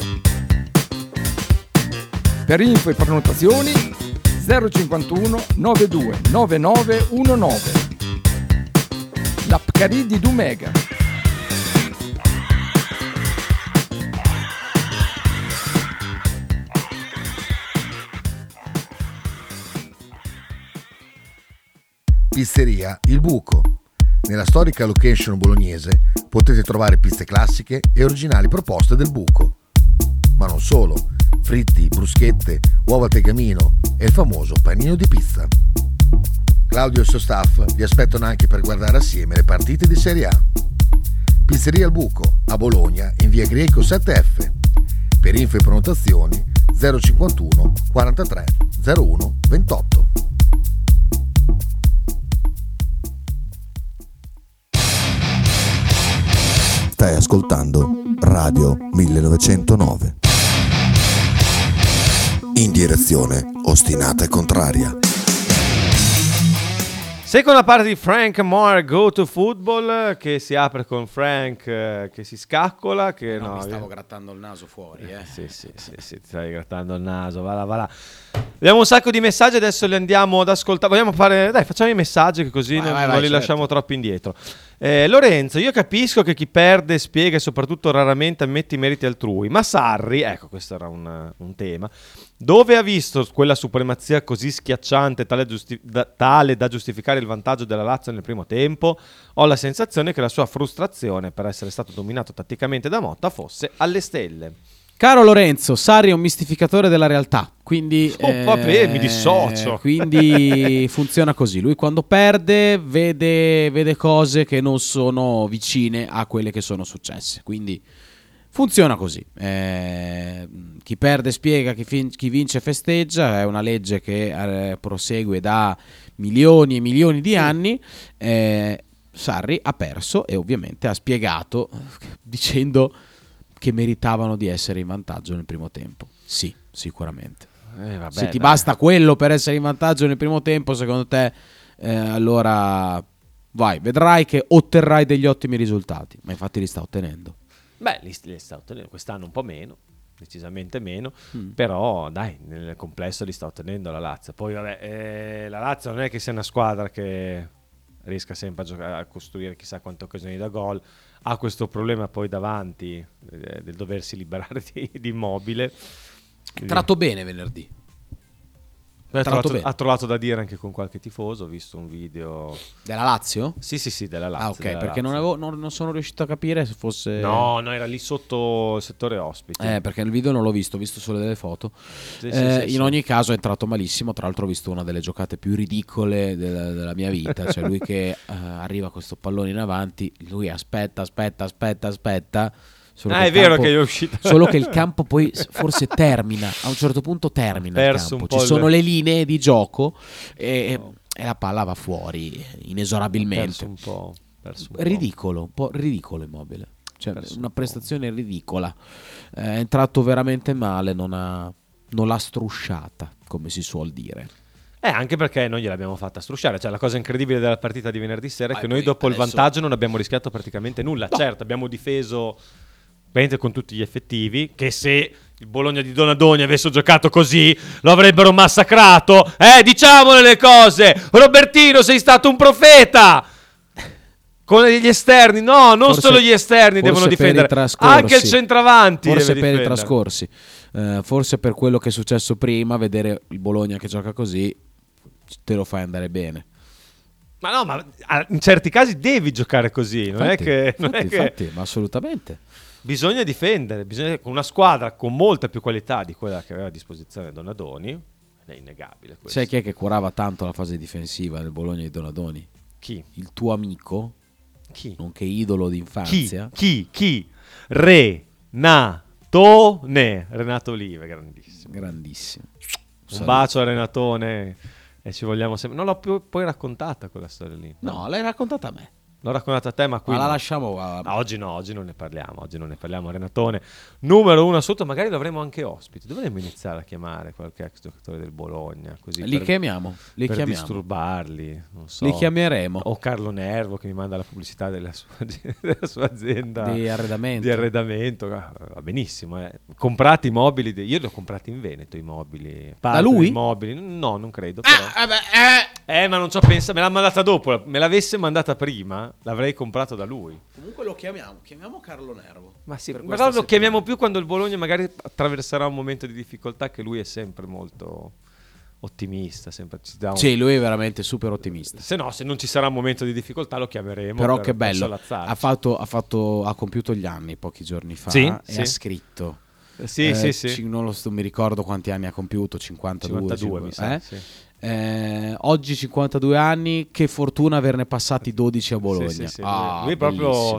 Per info e prenotazioni 051 92 9919. La Pcaridi di Dumegar. Pizzeria Il Buco. Nella storica location bolognese potete trovare pizze classiche e originali proposte del Buco. Ma non solo, fritti, bruschette, uova al tegamino e il famoso panino di pizza. Claudio e il suo staff vi aspettano anche per guardare assieme le partite di Serie A. Pizzeria Il Buco, a Bologna, in via Greco 7F. Per info e prenotazioni 051 43 01 28. Stai ascoltando Radio 1909. In direzione ostinata e contraria. Seconda parte di Frank Moore Go to Football, che si apre con Frank che si scaccola. Che mi stavo grattando il naso fuori. Sì, ti stai grattando il naso, va là. Abbiamo un sacco di messaggi, adesso li andiamo ad ascoltare. Vogliamo fare, dai, facciamo i messaggi che così non li lasciamo troppo indietro. Lorenzo, io capisco che chi perde spiega e soprattutto raramente ammette i meriti altrui, ma Sarri, ecco, questo era un tema, dove ha visto quella supremazia così schiacciante tale da giustificare il vantaggio della Lazio nel primo tempo? Ho la sensazione che la sua frustrazione per essere stato dominato tatticamente da Motta fosse alle stelle. Caro Lorenzo, Sarri è un mistificatore della realtà, quindi vabbè, mi dissocio. Quindi funziona così. Lui quando perde vede cose che non sono vicine a quelle che sono successe. Quindi Funziona così, chi perde spiega, chi vince festeggia, è una legge che prosegue da milioni e milioni di anni. Sarri ha perso e ovviamente ha spiegato dicendo che meritavano di essere in vantaggio nel primo tempo. Sì, sicuramente. Vabbè, se ti basta quello per essere in vantaggio nel primo tempo, secondo te, allora vai, vedrai che otterrai degli ottimi risultati, ma infatti li sta ottenendo. Beh, li sta ottenendo, quest'anno un po' meno, decisamente meno, però dai, nel complesso li sta ottenendo la Lazio. Poi vabbè, la Lazio non è che sia una squadra che riesca sempre a giocare, a costruire chissà quante occasioni da gol, ha questo problema poi davanti del doversi liberare di Immobile. Tratto bene venerdì. Ha trovato da dire anche con qualche tifoso. Ho visto un video della Lazio? Sì, della Lazio. Ok, perché Lazio. Non sono riuscito a capire se fosse. No, era lì sotto il settore ospiti. Perché il video non l'ho visto, ho visto solo delle foto. In ogni caso è entrato malissimo. Tra l'altro ho visto una delle giocate più ridicole della mia vita. Cioè lui che arriva questo pallone in avanti, lui aspetta. Solo è vero che è uscito. Solo che il campo poi forse termina. A un certo punto termina il campo. Ci sono le linee di gioco e la palla va fuori inesorabilmente. Perso un po'. Ridicolo, un po' ridicolo Immobile. Cioè, una prestazione ridicola. È entrato veramente male, non l'ha strusciata, come si suol dire. Anche perché noi gliel'abbiamo fatta strusciare. Cioè, la cosa incredibile della partita di venerdì sera è che noi dopo il vantaggio non abbiamo rischiato praticamente nulla. No. Certo, abbiamo difeso con tutti gli effettivi, che se il Bologna di Donadoni avesse giocato così lo avrebbero massacrato. Diciamole le cose. Robertino, sei stato un profeta. Con gli esterni, no, non solo gli esterni devono difendere, anche il centravanti forse deve per i trascorsi, forse per quello che è successo prima, vedere il Bologna che gioca così te lo fai andare bene. Ma no, ma in certi casi devi giocare così, infatti, ma assolutamente. Bisogna difendere, con una squadra con molta più qualità di quella che aveva a disposizione Donadoni, è innegabile questo. Sai chi è che curava tanto la fase difensiva del Bologna di Donadoni? Chi? Il tuo amico? Chi? Nonché idolo d'infanzia? Chi? Renato Olive, grandissimo. Un bacio a Renatone e ci vogliamo sempre. Non l'ho poi raccontata quella storia lì. No, l'hai raccontata a me. L'ho raccontata a te, ma qui la lasciamo. Oggi non ne parliamo. Renatone, numero 1 assoluto, magari lo avremo anche ospite. Dovremmo iniziare a chiamare qualche ex giocatore del Bologna, così chiamiamo. Per disturbarli, non so. Li chiameremo. O Carlo Nervo che mi manda la pubblicità della sua azienda di arredamento. Va benissimo. Comprati i mobili. Io li ho comprati in Veneto, i mobili. Da lui? Mobili. No, non credo. Però. Ma non ci ho pensato. Me l'ha mandata dopo. Me l'avesse mandata prima, l'avrei comprato da lui. Comunque lo chiamiamo Carlo Nervo. Ma sì, però lo chiamiamo più quando il Bologna magari attraverserà un momento di difficoltà, che lui è sempre molto ottimista, sempre ci dà Sì, lui è veramente super ottimista. Se non ci sarà un momento di difficiltà lo chiameremo. Però che bello, ha compiuto gli anni pochi giorni fa, ha scritto. Sì. Non mi ricordo quanti anni ha compiuto, 52 mi sa, sì. Oggi 52 anni, che fortuna averne passati 12 a Bologna. Sì. Lui proprio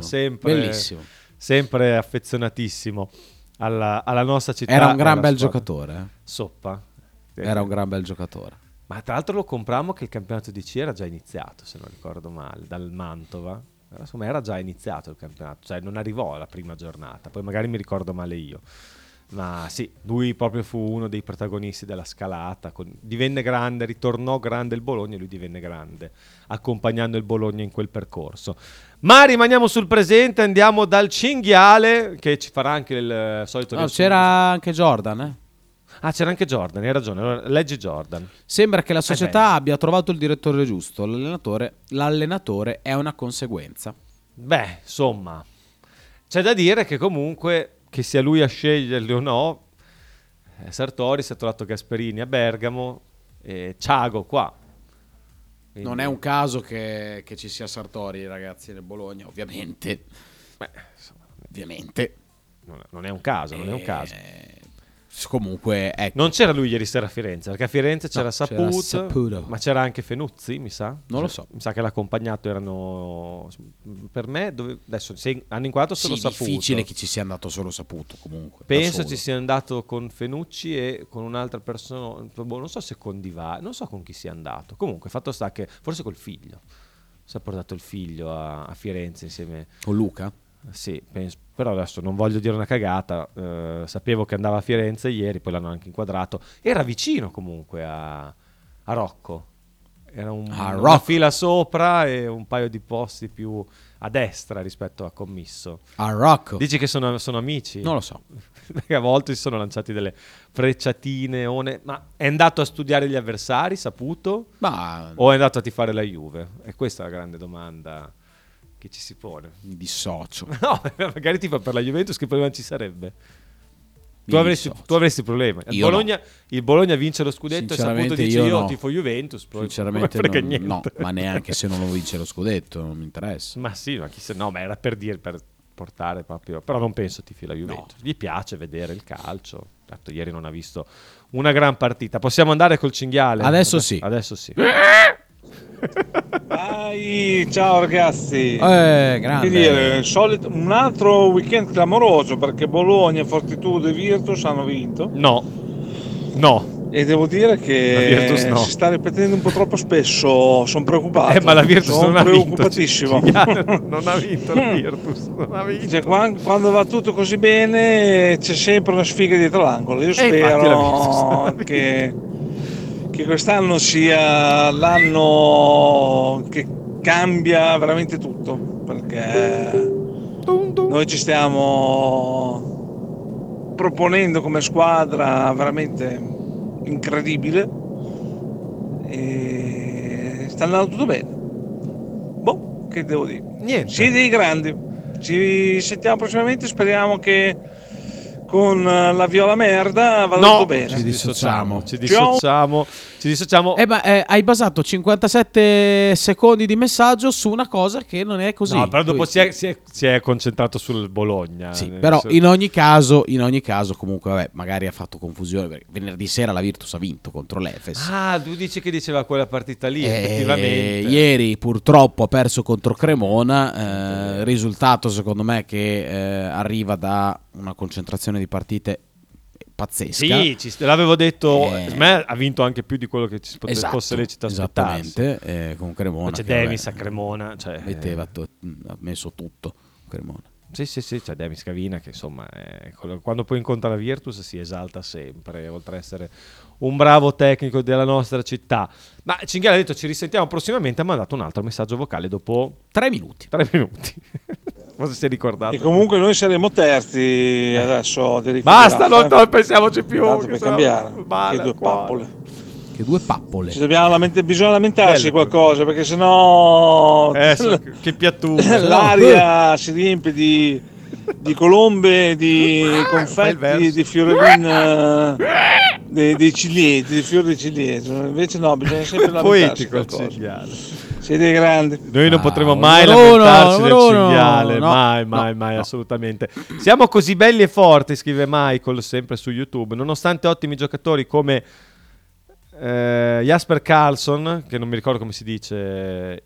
sempre affezionatissimo alla nostra città. Era un gran bel giocatore. Soppa. Era un gran bel giocatore. Ma tra l'altro lo comprammo che il campionato di C era già iniziato, se non ricordo male, dal Mantova. Insomma, era già iniziato il campionato, cioè non arrivò alla prima giornata, poi magari mi ricordo male io. Ma sì, lui proprio fu uno dei protagonisti della scalata, divenne grande, ritornò grande il Bologna e lui divenne grande, accompagnando il Bologna in quel percorso. Ma rimaniamo sul presente, andiamo dal cinghiale, che ci farà anche il solito... No, c'era anche Jordan, c'era anche Jordan, hai ragione, allora, leggi Jordan. Sembra che la società abbia trovato il direttore giusto, l'allenatore è una conseguenza. Beh, insomma, c'è da dire che comunque... che sia lui a sceglierli o no, Sartori si è trovato Gasperini a Bergamo e Thiago qua. Quindi... Non è un caso che ci sia Sartori, ragazzi, nel Bologna, ovviamente. Ovviamente. Non è un caso, comunque ecco. Non c'era lui ieri sera a Firenze, perché a Firenze c'era Saputo, ma c'era anche Fenuzzi, mi sa. Non lo so. Mi sa che l'accompagnato erano, per me, adesso hanno inquadrato solo Saputo. È difficile che ci sia andato solo Saputo comunque. Penso ci sia andato con Fenucci e con un'altra persona, non so se con Diva, non so con chi sia andato. Comunque fatto sta che forse col figlio. Si è portato il figlio a Firenze insieme con Luca? Sì, penso, però adesso non voglio dire una cagata, sapevo che andava a Firenze ieri, poi l'hanno anche inquadrato, era vicino comunque a Rocco, era una fila sopra e un paio di posti più a destra rispetto a Commisso. A Rocco? Dici che sono amici? Non lo so. Perché a volte si sono lanciati delle frecciatine, ma è andato a studiare gli avversari, Saputo? O è andato a tifare la Juve? E questa è la grande domanda che ci si pone. Mi dissocio. No, magari tifa per la Juventus, che problema ci sarebbe? Tu avresti problemi. Il Bologna vince lo scudetto e Saputo dice io tifo Juventus. Sinceramente no, ma neanche se non lo vince lo scudetto, non mi interessa. Ma sì, ma era per dire, per portare proprio, però non penso tifi la Juventus. Gli piace vedere il calcio. Certo, ieri non ha visto una gran partita. Possiamo andare col cinghiale? Adesso sì. Dai, ciao ragazzi. Grande. Che dire, un altro weekend clamoroso, perché Bologna, Fortitudo e Virtus hanno vinto. No. E devo dire che si sta ripetendo un po' troppo spesso. Sono preoccupato. Ma la Virtus non ha vinto. Preoccupatissimo. Non ha vinto la Virtus. Non ha vinto. Cioè, quando va tutto così bene, c'è sempre una sfiga dietro l'angolo. Io spero che quest'anno sia l'anno che cambia veramente tutto, perché noi ci stiamo proponendo come squadra veramente incredibile e sta andando tutto bene. Che devo dire? Niente. Siete dei grandi. Ci sentiamo prossimamente, speriamo che con la viola merda va tutto bene. Ci dissociamo. Hai basato 57 secondi di messaggio su una cosa che non è così. No, però dopo si è concentrato sul Bologna. Sì, però in ogni caso comunque magari ha fatto confusione, perché venerdì sera la Virtus ha vinto contro l'Efes. Tu dici che diceva quella partita lì, effettivamente. Ieri purtroppo ha perso contro Cremona, risultato secondo me che arriva da una concentrazione di partite pazzesca. Sì, l'avevo detto, per me ha vinto anche più di quello che ci fosse lecito aspettarsi. Esattamente, con Cremona. C'è Demis a Cremona, ha messo tutto Cremona. Sì, c'è Demis Cavina che insomma quando poi incontra la Virtus si esalta sempre, oltre a essere un bravo tecnico della nostra città. Ma Cinghiale ha detto ci risentiamo prossimamente, ha mandato un altro messaggio vocale dopo 3 minuti. Cosa si è ricordato? E comunque noi saremo terzi adesso. Basta, non pensiamoci più. Per cambiare. Che due pappole. Bisogna lamentarsi qualcosa, perché sennò che piattura. L'aria si riempie di colombe, di confetti, di fiorellin, dei ciliegie, di fiori di ciliegie. Invece no, bisogna sempre lamentarsi qualcosa. Siete grandi. Noi non potremo mai lamentarci del cinghiale, mai, assolutamente. Siamo così belli e forti, scrive Michael sempre su YouTube, nonostante ottimi giocatori come Jasper Karlsson, che non mi ricordo come si dice,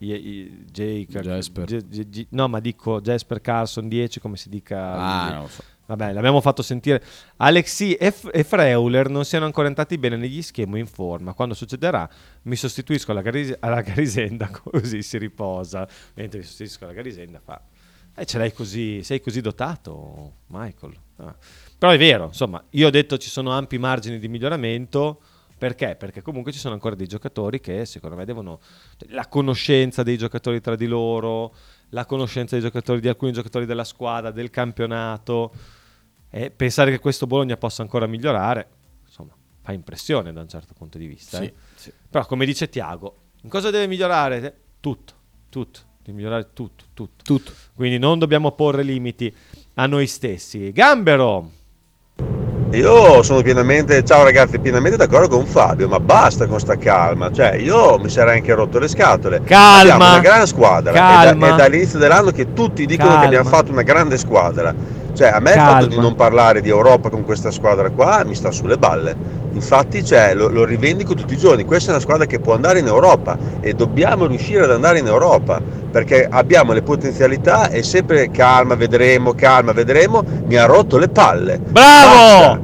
Jasper Karlsson 10, come si dica. Non lo so. Vabbè, l'abbiamo fatto sentire. Alexis e Freuler non siano ancora entrati bene negli schemi o in forma. Quando succederà mi sostituisco alla Garisenda, così si riposa. Mentre mi sostituisco alla Garisenda ce l'hai così, sei così dotato, Michael. Però è vero, insomma, io ho detto ci sono ampi margini di miglioramento. Perché? Perché comunque ci sono ancora dei giocatori che secondo me devono... La conoscenza dei giocatori tra di loro, la conoscenza dei giocatori, di alcuni giocatori della squadra, del campionato, e pensare che questo Bologna possa ancora migliorare, insomma, fa impressione da un certo punto di vista. Sì. Però come dice Tiago, in cosa deve migliorare? Tutto. Deve migliorare tutto. Quindi non dobbiamo porre limiti a noi stessi. Gambero! Io sono pienamente d'accordo con Fabio, ma basta con sta calma, cioè io mi sarei anche rotto le scatole. Calma, abbiamo una gran squadra, è dall'inizio dell'anno che tutti dicono che abbiamo fatto una grande squadra, Cioè, a me il fatto di non parlare di Europa con questa squadra qua mi sta sulle balle. Infatti, cioè, lo rivendico tutti i giorni. Questa è una squadra che può andare in Europa e dobbiamo riuscire ad andare in Europa, perché abbiamo le potenzialità e sempre calma, vedremo, mi ha rotto le palle. Bravo!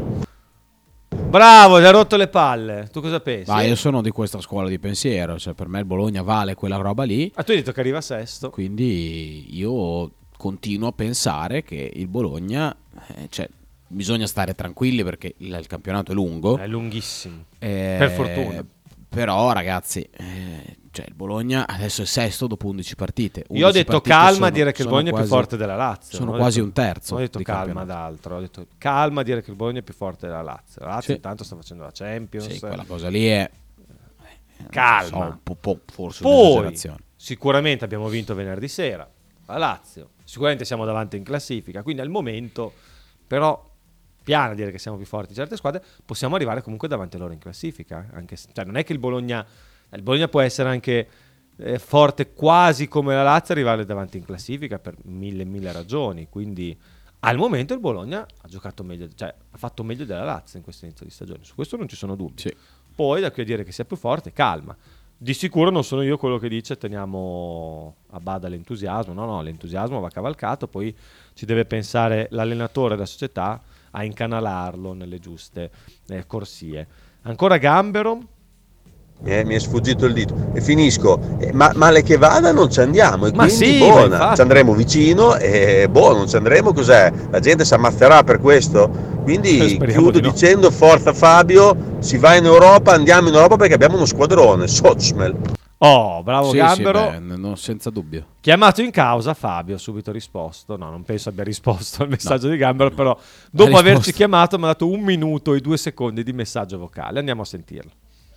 Bravo, ti ha rotto le palle. Tu cosa pensi? Io sono di questa scuola di pensiero, cioè per me il Bologna vale quella roba lì. Tu hai detto che arriva sesto. Quindi io continuo a pensare che il Bologna, cioè, bisogna stare tranquilli perché il campionato è lungo. È lunghissimo, per fortuna. Però ragazzi, cioè il Bologna adesso è sesto dopo 11 partite. Io ho detto calma a dire che il Bologna è più forte della Lazio. Sono quasi un terzo. Ho detto calma ad altro. Ho detto calma a dire che il Bologna è più forte della Lazio. La Lazio intanto sta facendo la Champions. Sì, quella cosa lì è calma. Forse un'esagerazione. Sicuramente abbiamo vinto venerdì sera. La Lazio. Sicuramente siamo davanti in classifica. Quindi al momento, però, piano a dire che siamo più forti di certe squadre, possiamo arrivare comunque davanti a loro in classifica. Anche se, cioè, non è che il Bologna può essere anche forte quasi come la Lazio, arrivare davanti in classifica per mille ragioni. Quindi al momento il Bologna ha giocato meglio, cioè ha fatto meglio della Lazio in questo inizio di stagione. Su questo non ci sono dubbi. Sì. Poi da qui a dire che sia più forte, calma. Di sicuro non sono io quello che dice teniamo a bada l'entusiasmo. No, l'entusiasmo va cavalcato, poi ci deve pensare l'allenatore e la società a incanalarlo nelle giuste corsie. Ancora Gambero. Mi è sfuggito il dito e finisco, male che vada non ci andiamo, e ma quindi sì, ci andremo vicino e non ci andremo, cos'è? La gente si ammazzerà per questo, quindi chiudo dicendo forza Fabio, si va in Europa, andiamo in Europa perché abbiamo uno squadrone, Sochmel. Oh, bravo Gambero. Sì, no, senza dubbio. Chiamato in causa, Fabio ha subito risposto. No, non penso abbia risposto al messaggio di Gambero, però dopo averci chiamato mi ha dato 1 minuto e 2 secondi di messaggio vocale. Andiamo a sentirlo.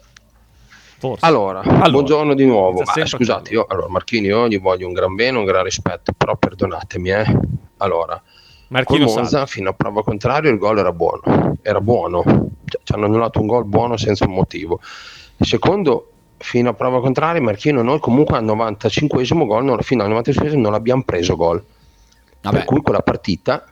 Forse. Allora, buongiorno di nuovo. Scusate, Marchini, io gli voglio un gran bene, un gran rispetto, però perdonatemi. Allora, con Monza, fino a prova contrario, il gol era buono. Ci hanno annullato un gol buono senza un motivo. Secondo, fino a prova contraria, Marchino, noi comunque al 95esimo gol, fino al 95esimo non abbiamo preso gol. Per cui quella partita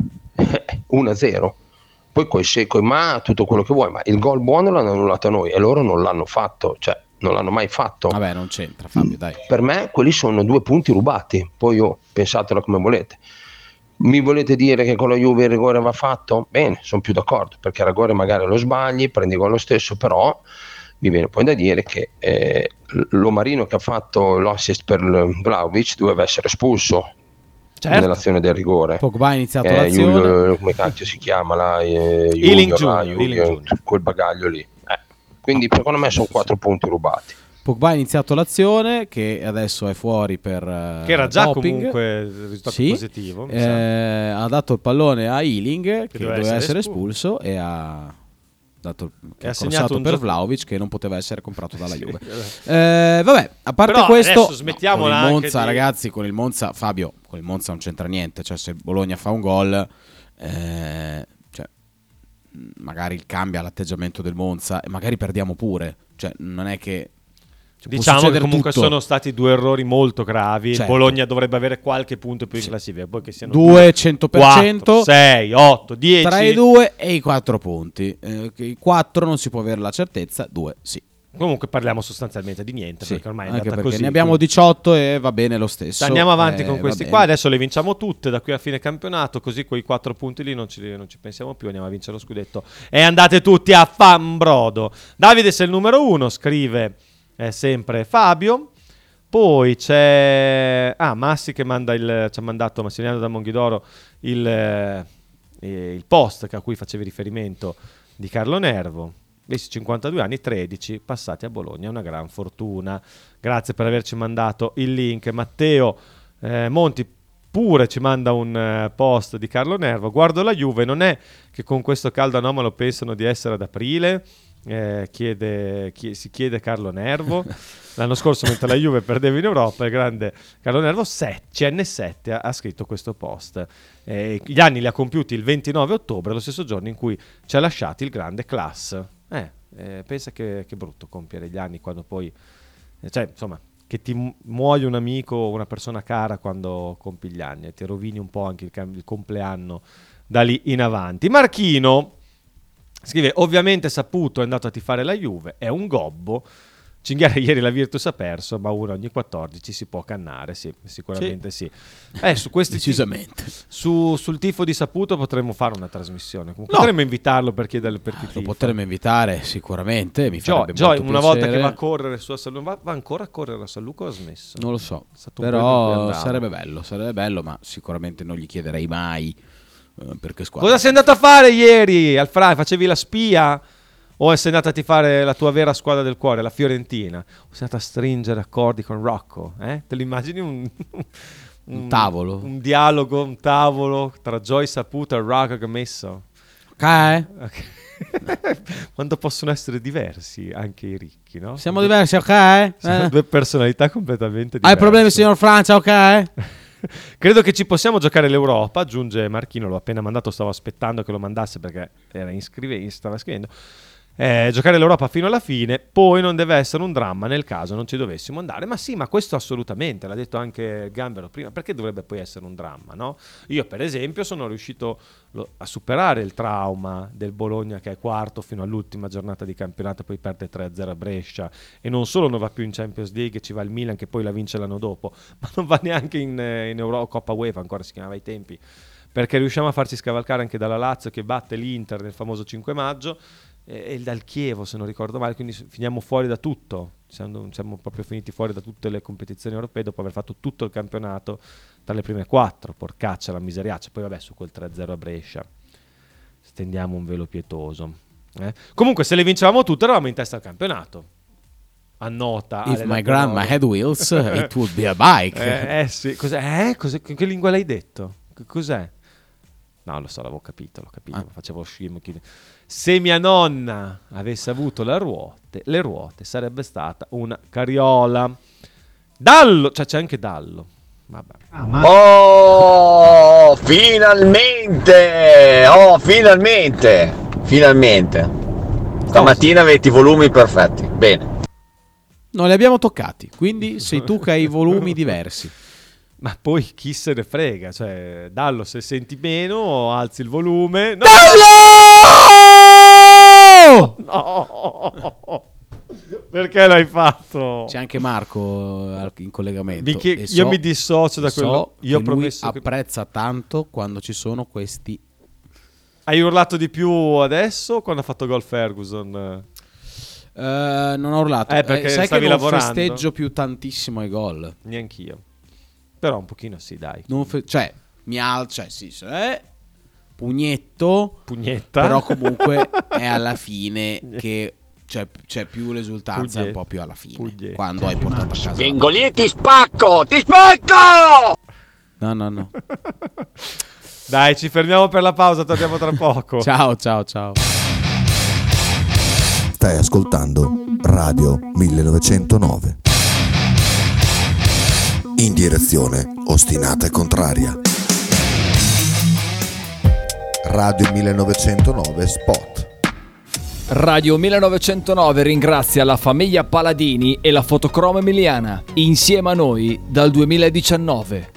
1-0. Poi coi ma tutto quello che vuoi, ma il gol buono l'hanno annullato a noi e loro non l'hanno fatto, cioè non l'hanno mai fatto. Vabbè, non c'entra Fabio, dai. Per me quelli sono 2 punti rubati, poi pensatelo come volete. Mi volete dire che con la Juve il rigore va fatto? Bene, sono più d'accordo, perché il rigore magari lo sbagli, prendi gol lo stesso, però mi viene poi da dire che l'Omarino che ha fatto l'assist per Vlahovic doveva essere espulso. Certo. Nell'azione del rigore. Pogba ha iniziato l'azione. Come cacchio si chiama? Junior. Quel bagaglio lì. Quindi secondo me sono 4 punti rubati. Pogba ha iniziato l'azione, che adesso è fuori per che era già doping. Comunque il risultato positivo. Ha dato il pallone a Ealing che doveva essere espulso e ha dato che ha segnato per Vlahovic che non poteva essere comprato dalla Juve. Vabbè, a parte però questo, smettiamola con il Monza, anche ragazzi, con il Monza, Fabio, con il Monza non c'entra niente, cioè se il Bologna fa un gol cioè, magari cambia l'atteggiamento del Monza e magari perdiamo pure, cioè non è che diciamo che comunque tutto. Sono stati 2 errori molto gravi. Certo. Il Bologna dovrebbe avere qualche punto più in classifica. Poi che siano 2 100%, 4, 6, 8, 10 tra i 2 e i 4 punti. I 4 non si può avere la certezza, 2 sì. Comunque parliamo sostanzialmente di niente, perché ormai è andata perché così. Ne abbiamo 18 e va bene lo stesso. Andiamo avanti con questi qua, adesso le vinciamo tutte da qui a fine campionato, così quei 4 punti lì non ci pensiamo più, andiamo a vincere lo scudetto e andate tutti a fanbrodo. Davide sei il numero 1, scrive sempre Fabio. Poi c'è Massi che ci ha mandato Massimiliano da Monghidoro il post a cui facevi riferimento di Carlo Nervo. 52 anni, 13 passati a Bologna, una gran fortuna. Grazie per averci mandato il link. Matteo Monti pure ci manda un post di Carlo Nervo. Guardo la Juve, non è che con questo caldo anomalo pensano di essere ad aprile? Si chiede Carlo Nervo. L'anno scorso mentre la Juve perdeva in Europa il grande Carlo Nervo CN7 ha scritto questo post. Gli anni li ha compiuti il 29 ottobre, lo stesso giorno in cui ci ha lasciati il grande Class. Pensa che brutto compiere gli anni quando poi cioè insomma che ti muoia un amico o una persona cara quando compi gli anni e ti rovini un po' anche il compleanno da lì in avanti. Marchino scrive: ovviamente Saputo è andato a tifare la Juve, è un gobbo. Cinghiale ieri la Virtus ha perso, ma uno ogni 14 si può cannare, sì, sicuramente sì. Su questi decisamente. Sul tifo di Saputo potremmo fare una trasmissione. Potremmo invitarlo per chiederle per chi lo potremmo invitare sicuramente. Mi farebbe Joy, molto una piacere. volta che va a correre su San Luca, va ancora a correre a San Luca o ha smesso? Non lo so, però sarebbe bello, ma sicuramente non gli chiederei mai perché squadra. Cosa sei andato a fare ieri al Frai? Facevi la spia? O sei andata a tifare la tua vera squadra del cuore, la Fiorentina? O sei andata a stringere accordi con Rocco? Te l'immagini un tavolo? Un dialogo, un tavolo tra Joy Saputo e Rocco Gamesso. Ok. Quanto possono essere diversi anche i ricchi, no? Siamo diversi, ok? Sono due personalità completamente diverse. Hai problemi, signor Francia, ok? Credo che ci possiamo giocare l'Europa, aggiunge Marchino, l'ho appena mandato, stavo aspettando che lo mandasse perché stava scrivendo. Giocare l'Europa fino alla fine, poi non deve essere un dramma nel caso non ci dovessimo andare. Ma sì, ma questo assolutamente, l'ha detto anche Gambero prima, perché dovrebbe poi essere un dramma, no? Io per esempio sono riuscito a superare il trauma del Bologna che è quarto fino all'ultima giornata di campionato, poi perde 3-0 a Brescia e non solo non va più in Champions League, ci va il Milan che poi la vince l'anno dopo, ma non va neanche in Coppa UEFA, ancora si chiamava ai tempi, perché riusciamo a farci scavalcare anche dalla Lazio che batte l'Inter nel famoso 5 maggio e dal Chievo, se non ricordo male, quindi finiamo fuori da tutto, siamo proprio finiti fuori da tutte le competizioni europee dopo aver fatto tutto il campionato tra le prime 4, porcaccia, la miseriaccia. Poi vabbè, su quel 3-0 a Brescia stendiamo un velo pietoso. Comunque se le vincevamo tutte eravamo in testa al campionato. Annota. If my grandma had wheels, it would be a bike. Sì. Cos'è? Che lingua l'hai detto? Cos'è? No, lo so, l'avevo capito, facevo scemo. Se mia nonna avesse avuto le ruote sarebbe stata una carriola. Dallo, cioè c'è anche Dallo. Vabbè. Oh, finalmente! Stamattina avete i volumi perfetti. Bene. Non li abbiamo toccati, quindi sei tu che hai i volumi diversi. Ma poi chi se ne frega, cioè Dallo se senti meno alzi il volume. No! No! Perché l'hai fatto? C'è anche Marco in collegamento. Io mi dissocio da quello. Io ho promesso lui apprezza tanto quando ci sono questi. Hai urlato di più adesso o quando ha fatto gol Ferguson? Non ho urlato. Perché sai stavi che non lavorando? Festeggio più tantissimo ai gol. Neanch'io. Però un pochino sì, dai. Cioè, mi alza, sì, pugnetta. Però comunque è alla fine che c'è più l'esultanza, un po' più alla fine. Quando hai portato a casa. Vengo lì e ti spacco! No. Dai, ci fermiamo per la pausa, torniamo tra poco. Ciao. Stai ascoltando Radio 1909. In direzione ostinata e contraria. Radio 1909 Spot. Radio 1909 ringrazia la famiglia Paladini e la Fotocromo Emiliana, insieme a noi dal 2019.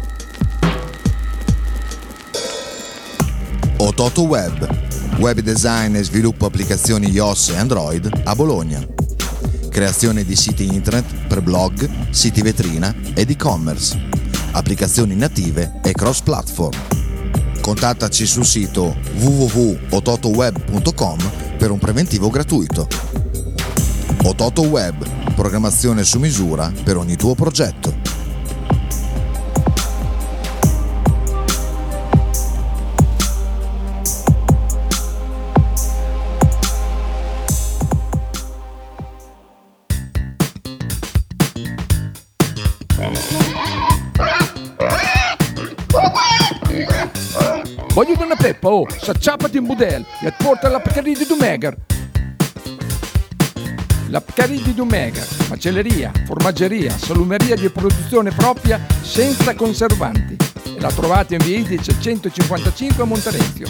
Ototo Web design e sviluppo applicazioni iOS e Android a Bologna. Creazione di siti internet per blog, siti vetrina ed e-commerce, applicazioni native e cross-platform. Contattaci sul sito www.ototoweb.com per un preventivo gratuito. Ototo Web, programmazione su misura per ogni tuo progetto. Voglio una peppa, s'acciappati in budel e porta la Pcaridi di Dumegar. La Pcaridi di Dumegar, macelleria, formaggeria, salumeria di produzione propria senza conservanti. E la trovate in via Idice 155 a Monterezio.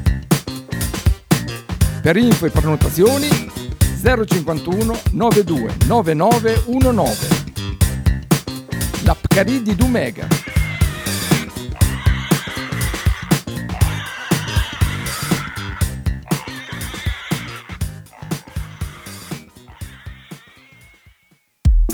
Per info e prenotazioni 051 92 9919. La Pcaridi di Dumegar.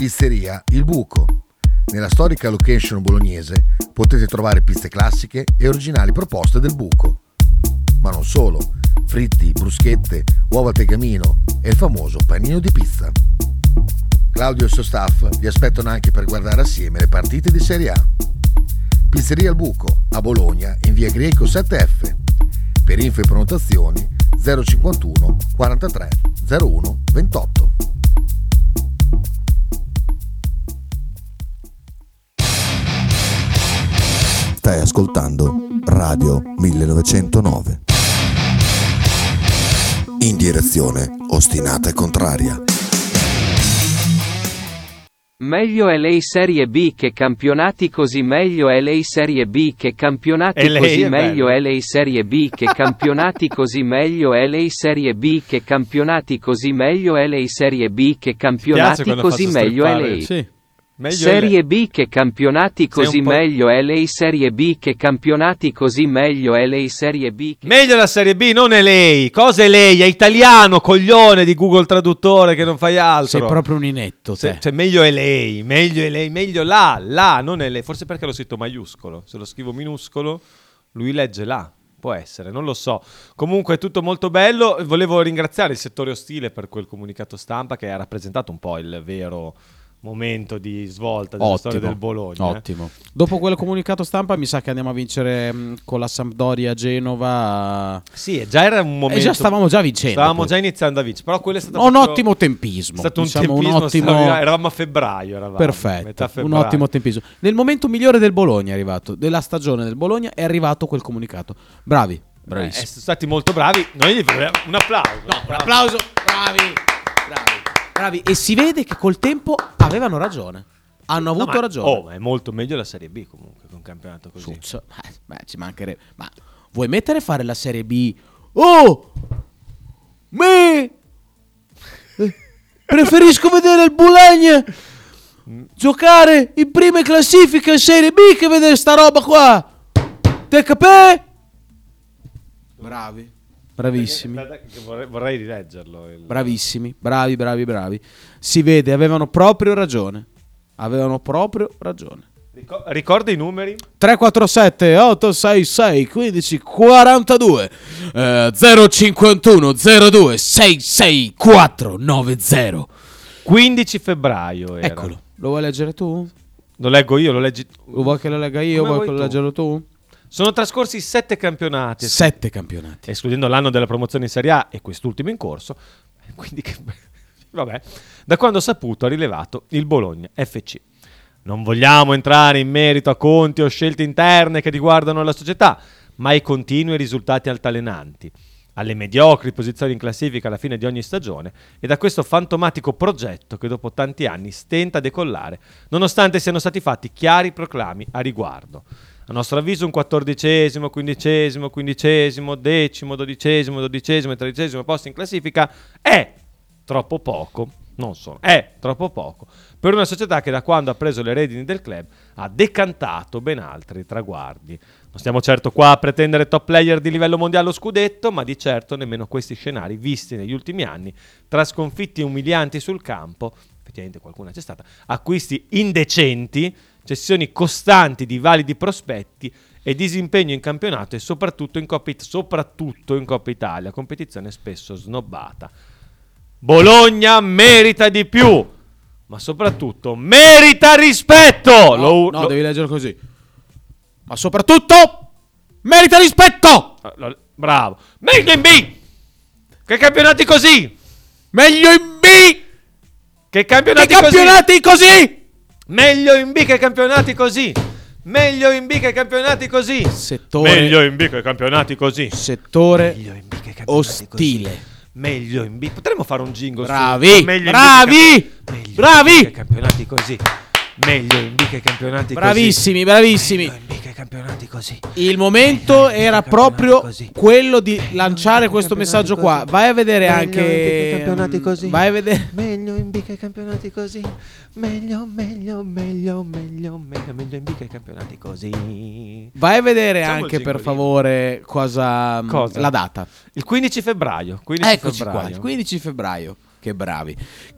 Pizzeria Il Buco. Nella storica location bolognese potete trovare piste classiche e originali proposte del buco. Ma non solo, fritti, bruschette, uova al tegamino e il famoso panino di pizza. Claudio e il suo staff vi aspettano anche per guardare assieme le partite di Serie A. Pizzeria Il Buco, a Bologna, in via Greco 7F. Per info e prenotazioni 051 43 01 28. Stai ascoltando Radio 1909. In direzione ostinata e contraria. Meglio LA Serie B che campionati così, meglio LA Serie B che campionati così, meglio LA Serie B che campionati così, meglio LA Serie B che campionati così, meglio LA Serie B che campionati così, meglio LA Serie B che campionati così, meglio LA Serie B che campionati così, meglio LA Serie B che... Meglio la Serie B, non è lei. Cosa è lei? È italiano, coglione di Google Traduttore che non fai altro. Sei proprio un inetto, te. Cioè, meglio è lei, meglio la, non è lei. Forse perché l'ho scritto maiuscolo. Se lo scrivo minuscolo, lui legge la. Può essere, non lo so. Comunque è tutto molto bello. Volevo ringraziare il settore ostile per quel comunicato stampa che ha rappresentato un po' il vero momento di svolta della storia del Bologna. Ottimo. Dopo quel comunicato stampa mi sa che andiamo a vincere con la Sampdoria Genova. Sì, già era un momento. E già stavamo già vincendo. Stavamo già iniziando a vincere. Però quello è stato un ottimo tempismo. È stato diciamo un tempismo. Eravamo a febbraio. Perfetto. Metà febbraio. Un ottimo tempismo. Nel momento migliore del Bologna è arrivato. Della stagione del Bologna è arrivato quel comunicato. Bravi. Bravissimi. Sono stati molto bravi. Noi gli faremo un applauso. Un applauso. Bravi. E si vede che col tempo avevano ragione. Hanno avuto ragione. Ma è molto meglio la Serie B comunque che un campionato così. Ci mancherebbe. Ma vuoi mettere a fare la Serie B? Oh! Preferisco vedere il Bologna giocare in prima classifica in Serie B che vedere sta roba qua. Te capè? Bravissimi. Vorrei rileggerlo. Bravissimi, bravi. Si vede, avevano proprio ragione. Ricorda i numeri? 347 866 15 42 051 02 664 90. 15 febbraio era. Eccolo. Lo vuoi leggere tu? Lo leggo io, lo leggi. Vuoi che lo legga io? Vuoi che lo leggerlo tu? Sono trascorsi 7 campionati. 7 campionati. Escludendo l'anno della promozione in Serie A e quest'ultimo in corso. Quindi, vabbè. Da quando ho saputo ha rilevato il Bologna FC. Non vogliamo entrare in merito a conti o scelte interne che riguardano la società, ma ai continui risultati altalenanti, alle mediocri posizioni in classifica alla fine di ogni stagione e da questo fantomatico progetto che dopo tanti anni stenta a decollare, nonostante siano stati fatti chiari proclami a riguardo. A nostro avviso un 14°, 15°, 15°, 10°, 12°, 12° e 13° posto in classifica è troppo poco, non solo, è troppo poco, per una società che da quando ha preso le redini del club ha decantato ben altri traguardi. Non stiamo certo qua a pretendere top player di livello mondiale o scudetto, ma di certo nemmeno questi scenari visti negli ultimi anni, tra sconfitti umilianti sul campo, effettivamente qualcuna c'è stata, acquisti indecenti, cessioni costanti di validi prospetti e disimpegno in campionato e soprattutto in Coppa Italia, competizione spesso snobbata. Bologna merita di più, ma soprattutto merita rispetto. No, devi leggerlo così. Ma soprattutto merita rispetto. Bravo. Meglio in B che campionati così. Meglio in B che campionati così. Meglio in B che campionati così. Meglio in B che campionati così. Meglio in B che campionati così. Settore ostile. Meglio in B. Potremmo fare un jingle. Bravi. Che campionati così. Meglio in B che campionati bravissimi. così. Meglio in B che campionati così. Il momento era proprio quello di lanciare questo messaggio qua. Vai a vedere anche campionati così. Vai a vedere. Meglio in B che campionati così. Meglio in B che campionati così. Vai a vedere anche per favore cosa? La data. Il 15 febbraio. Eccoci qua, il 15 febbraio. Che bravi,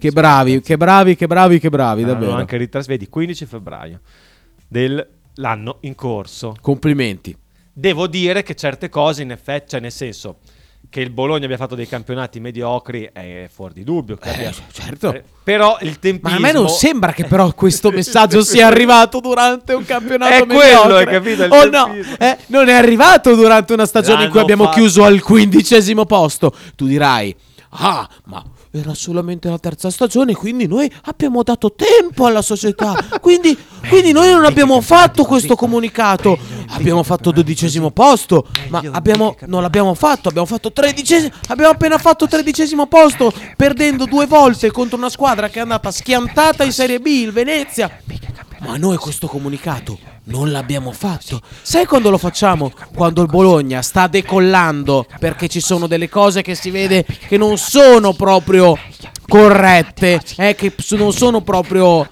davvero. Anche ritrasvedi 15 febbraio dell'anno in corso. Complimenti. Devo dire che certe cose in effetti, cioè nel senso che il Bologna abbia fatto dei campionati mediocri è fuori di dubbio. Certo. Però il tempismo... Ma a me non sembra che però questo messaggio sia arrivato durante un campionato mediocre. È quello, hai capito? Oh no, non è arrivato durante una stagione in cui abbiamo chiuso al 15° posto. Tu dirai, ma era solamente la terza stagione, quindi noi abbiamo dato tempo alla società, quindi noi non abbiamo fatto questo comunicato, abbiamo fatto 12° posto, ma non l'abbiamo fatto, abbiamo fatto 13°, abbiamo appena fatto 13° posto, perdendo 2 volte contro una squadra che è andata schiantata in Serie B, il Venezia. Ma noi questo comunicato non l'abbiamo fatto. Sai quando lo facciamo? Quando il Bologna sta decollando, perché ci sono delle cose che si vede che non sono proprio corrette, che non sono proprio...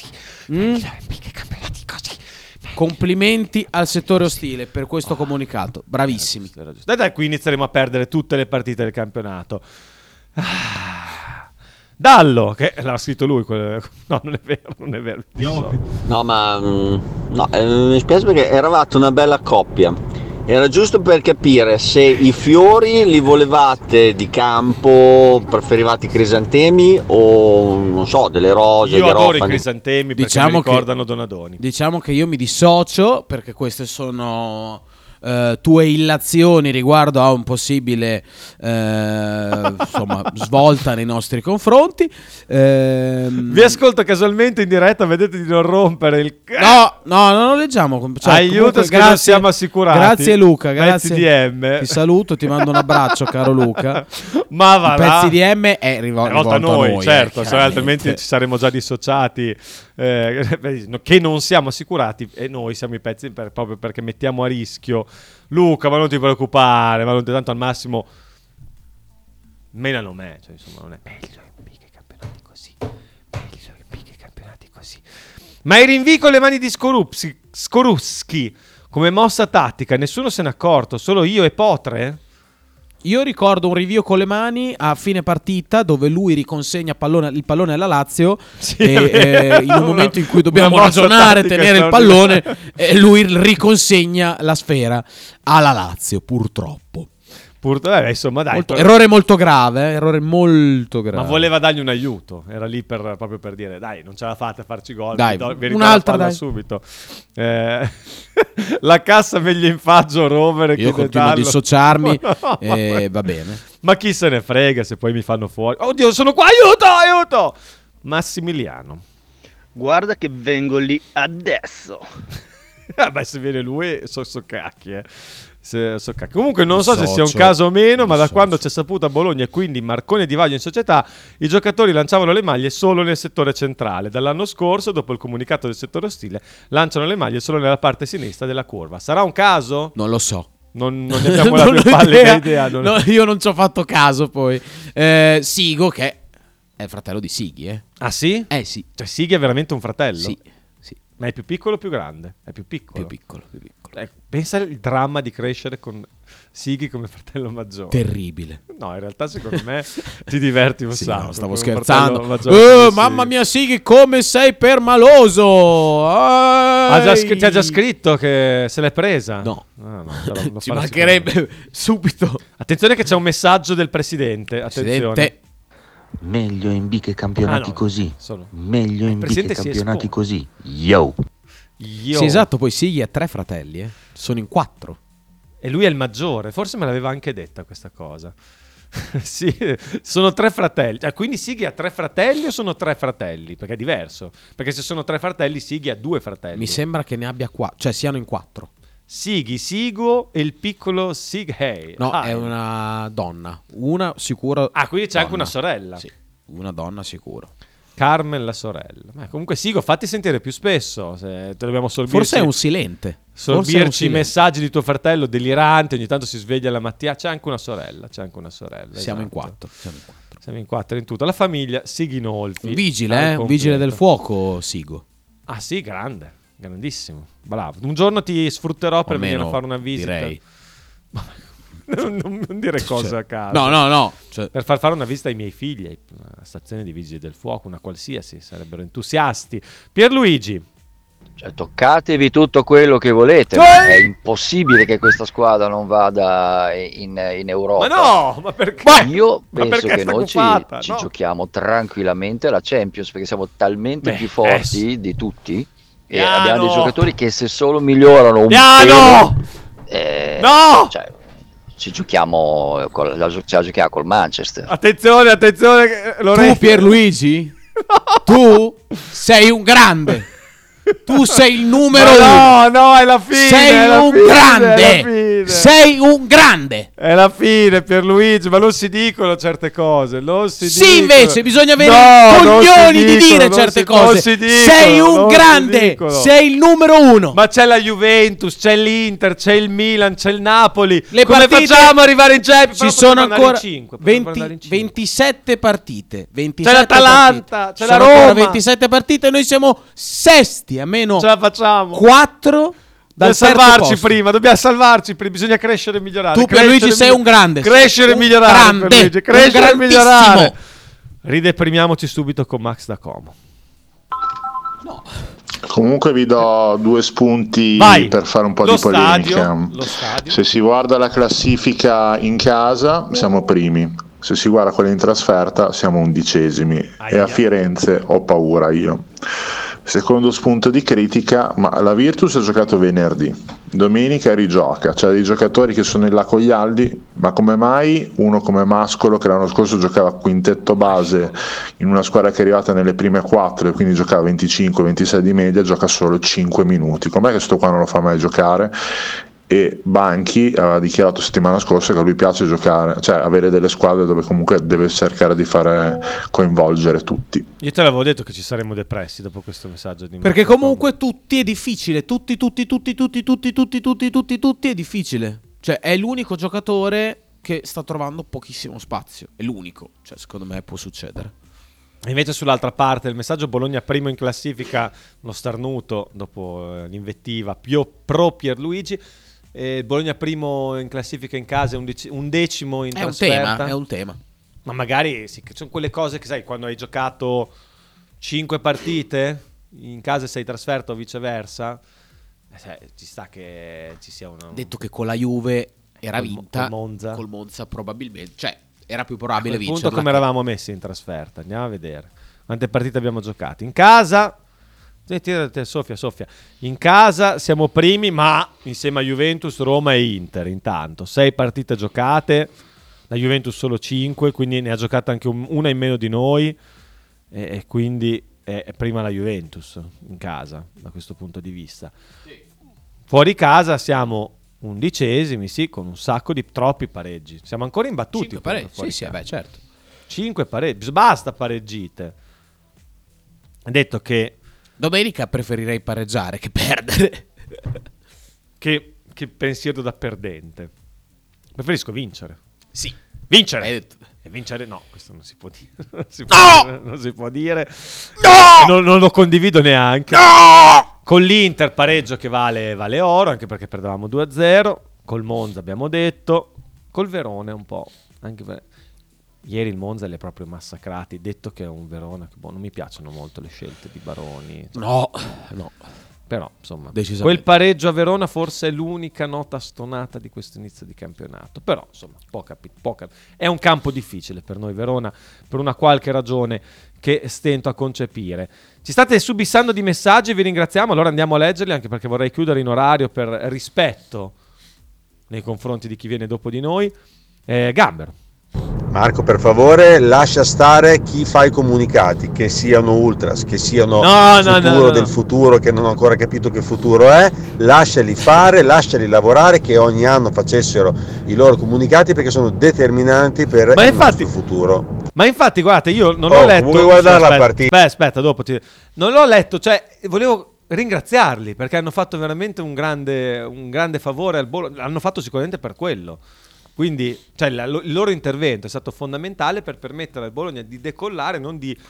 Complimenti al settore ostile per questo comunicato. Bravissimi. Dai, qui inizieremo a perdere tutte le partite del campionato. Dallo, che l'ha scritto lui. No, non è vero. No, ma mi spiace perché eravate una bella coppia. Era giusto per capire se i fiori li volevate di campo, preferivate i crisantemi o non so, delle rose. Io adoro i crisantemi perché mi ricordano Donadoni. Diciamo che io mi dissocio perché queste sono tue illazioni riguardo a un possibile svolta nei nostri confronti. Vi ascolto casualmente in diretta, vedete di non rompere il... No, non leggiamo. Aiuto, che non siamo assicurati. Grazie Luca, grazie. Pezzi DM. Ti saluto, ti mando un abbraccio caro Luca. Ma va là. Pezzi DM è rivolto a noi, certo, altrimenti ci saremmo già dissociati. Che non siamo assicurati e noi siamo i pezzi proprio perché mettiamo a rischio. Luca, ma non ti preoccupare, ma non tanto al massimo menano me, cioè insomma non è meglio che campionati così. Ma i rinvii con le mani di Skorupski come mossa tattica, nessuno se n'è accorto, solo io e Potre? Io ricordo un rinvio con le mani a fine partita dove lui riconsegna il pallone alla Lazio in un momento in cui dobbiamo ragionare, tenere il pallone e lui riconsegna la sfera alla Lazio, purtroppo. Insomma, dai, errore molto grave. Ma voleva dargli un aiuto, era lì proprio per dire dai, non ce la fate a farci gol, dai, un'altra dai. Subito. La cassa meglio in faggio rovere. Io continuo a dissociarmi va bene. Ma chi se ne frega se poi mi fanno fuori. Oddio, sono qua, aiuto! Massimiliano, guarda che vengo lì adesso. Se viene lui so cacchi. Comunque non so se sia un caso o meno, ma da quando c'è saputo a Bologna e quindi Marcone Di Vaglio in società, i giocatori lanciavano le maglie solo nel settore centrale. Dall'anno scorso, dopo il comunicato del settore ostile, lanciano le maglie solo nella parte sinistra della curva. Sarà un caso? Non lo so. Non ne abbiamo la più pallida idea. No, io non ci ho fatto caso poi. Sigo, che è il fratello di Sighi, Ah sì? Sì. Cioè Sighi è veramente un fratello? Sì. Ma è più piccolo o più grande? È più piccolo. Più piccolo. Pensa al dramma di crescere con Sighi come fratello maggiore. Terribile. No, in realtà secondo me ti diverti un sacco. No, stavo scherzando. Mamma mia Sighi, come sei permaloso. Ti ha già scritto che se l'è presa? No. Lo ci mancherebbe subito. Attenzione che c'è un messaggio del presidente. Attenzione. Meglio in B che campionati così. Meglio in B che campionati così. Yo. Sì, esatto, poi Sighi ha 3 fratelli, sono in 4. E lui è il maggiore, forse me l'aveva anche detta questa cosa. Sì, sono 3 fratelli. Quindi Sighi ha 3 fratelli o sono 3 fratelli? Perché è diverso. Perché se sono 3 fratelli, Sighi ha 2 fratelli. Mi sembra che ne abbia 4, cioè siano in 4. Sighi, Sigo e il piccolo Sighei. No, è una donna. Una sicuro. Quindi c'è anche una sorella. Sì, una donna sicuro. Carmen la sorella. Comunque Sigo, fatti sentire più spesso, se te dobbiamo sorbirci. Forse è un silente. Sorbirci i messaggi di tuo fratello delirante, ogni tanto si sveglia la mattina. C'è anche una sorella. Siamo in 4. Siamo in 4 in tutta la famiglia. Sighinolfi. Un vigile del fuoco, Sigo. Ah sì, grandissimo, bravo. Un giorno ti sfrutterò per venire a fare una visita. Direi. non dire cose a caso. No. Per far fare una visita ai miei figli, alla stazione di Vigili del Fuoco, una qualsiasi, sarebbero entusiasti. Pierluigi. Cioè, toccatevi tutto quello che volete, ma è impossibile che questa squadra non vada in Europa. Ma no, ma perché? Io penso che noi ci giochiamo tranquillamente la Champions, perché siamo talmente più forti di tutti e abbiamo dei giocatori che se solo migliorano un pelo, cioè, ci giochiamo col Manchester. Attenzione, Lorenzo. Tu Pierluigi, tu sei un grande. Tu sei il numero uno. No, è la fine. Sei un grande. È la fine, Pierluigi, ma non si dicono certe cose. Sì, invece bisogna avere i coglioni di dire certe cose. Sei un grande. Sei il numero uno. Ma c'è la Juventus, c'è l'Inter, c'è il Milan, c'è il Napoli. Come facciamo ad arrivare in Champions? Ci sono ancora 27 partite. C'è l'Atalanta, c'è la Roma. 27 partite e noi siamo sesti. A meno ce la facciamo 4 dobbiamo salvarci prima, bisogna crescere e migliorare. Tu Pierluigi sei un grande. Crescere e migliorare, Pierluigi, crescere e migliorare. Rideprimiamoci subito con Max da Como. No. Comunque vi do 2 spunti per fare un po' di polemica. Se si guarda la classifica in casa siamo primi, se si guarda quella in trasferta siamo 11esimi e a Firenze ho paura io. Secondo spunto di critica, ma la Virtus ha giocato venerdì, domenica rigioca, c'è dei giocatori che sono in là con gli Aldi, ma come mai uno come Mascolo, che l'anno scorso giocava quintetto base in una squadra che è arrivata nelle prime 4 e quindi giocava 25-26 di media, gioca solo 5 minuti? Com'è che sto qua non lo fa mai giocare? E Banchi aveva dichiarato settimana scorsa che a lui piace giocare, cioè avere delle squadre dove comunque deve cercare di fare coinvolgere tutti. Io te l'avevo detto che ci saremmo depressi dopo questo messaggio di perché comunque tutti è difficile, tutti è difficile, cioè è l'unico giocatore che sta trovando pochissimo spazio, è l'unico, cioè secondo me può succedere. E invece sull'altra parte del messaggio, Bologna primo in classifica, lo starnuto dopo l'invettiva più pro Pierluigi. Bologna primo in classifica in casa, 11° in trasferta. È un tema. Ma magari sì, sono quelle cose che sai, quando hai giocato 5 partite in casa e sei trasferto o viceversa, ci sta che ci sia una... Detto che con la Juve era vinta, col Monza probabilmente, cioè era più probabile vincere. Come eravamo messi in trasferta, andiamo a vedere quante partite abbiamo giocato in casa. Sofia. In casa siamo primi, ma insieme a Juventus, Roma e Inter. Intanto 6 partite giocate, la Juventus solo 5, quindi ne ha giocata anche una in meno di noi, e quindi è prima la Juventus in casa da questo punto di vista. Fuori casa siamo 11esimi, sì, con un sacco di troppi pareggi. Siamo ancora imbattuti. 5 pareggi, sì, certo. 5 pareggi, basta pareggite. Ha detto che domenica preferirei pareggiare che perdere. Che pensiero da perdente. Preferisco vincere. Sì. Vincere. E vincere no, questo non si può dire. Non si può dire. No! Non lo condivido neanche. No! Con l'Inter pareggio che vale oro, anche perché perdevamo 2-0. Col Monza abbiamo detto. Col Verona un po'. Anche per... Ieri il Monza li ha proprio massacrati. Detto che è un Verona che non mi piacciono molto le scelte di Baroni. No. Però insomma quel pareggio a Verona forse è l'unica nota stonata di questo inizio di campionato. Però insomma poca. È un campo difficile per noi Verona, per una qualche ragione che stento a concepire. Ci state subissando di messaggi, vi ringraziamo. Allora andiamo a leggerli, anche perché vorrei chiudere in orario per rispetto nei confronti di chi viene dopo di noi. Gambero. Marco, per favore, lascia stare chi fa i comunicati, che siano ultras, che siano del futuro, che non ho ancora capito che futuro è. Lasciali fare, lasciali lavorare, che ogni anno facessero i loro comunicati, perché sono determinanti per il nostro futuro. Ma infatti, guardate, io non l'ho letto. Vuoi guardare la partita? Aspetta, dopo non l'ho letto, cioè volevo ringraziarli perché hanno fatto veramente un grande favore al Bologna. L'hanno fatto sicuramente per quello. Quindi il loro intervento è stato fondamentale per permettere al Bologna di decollare, non di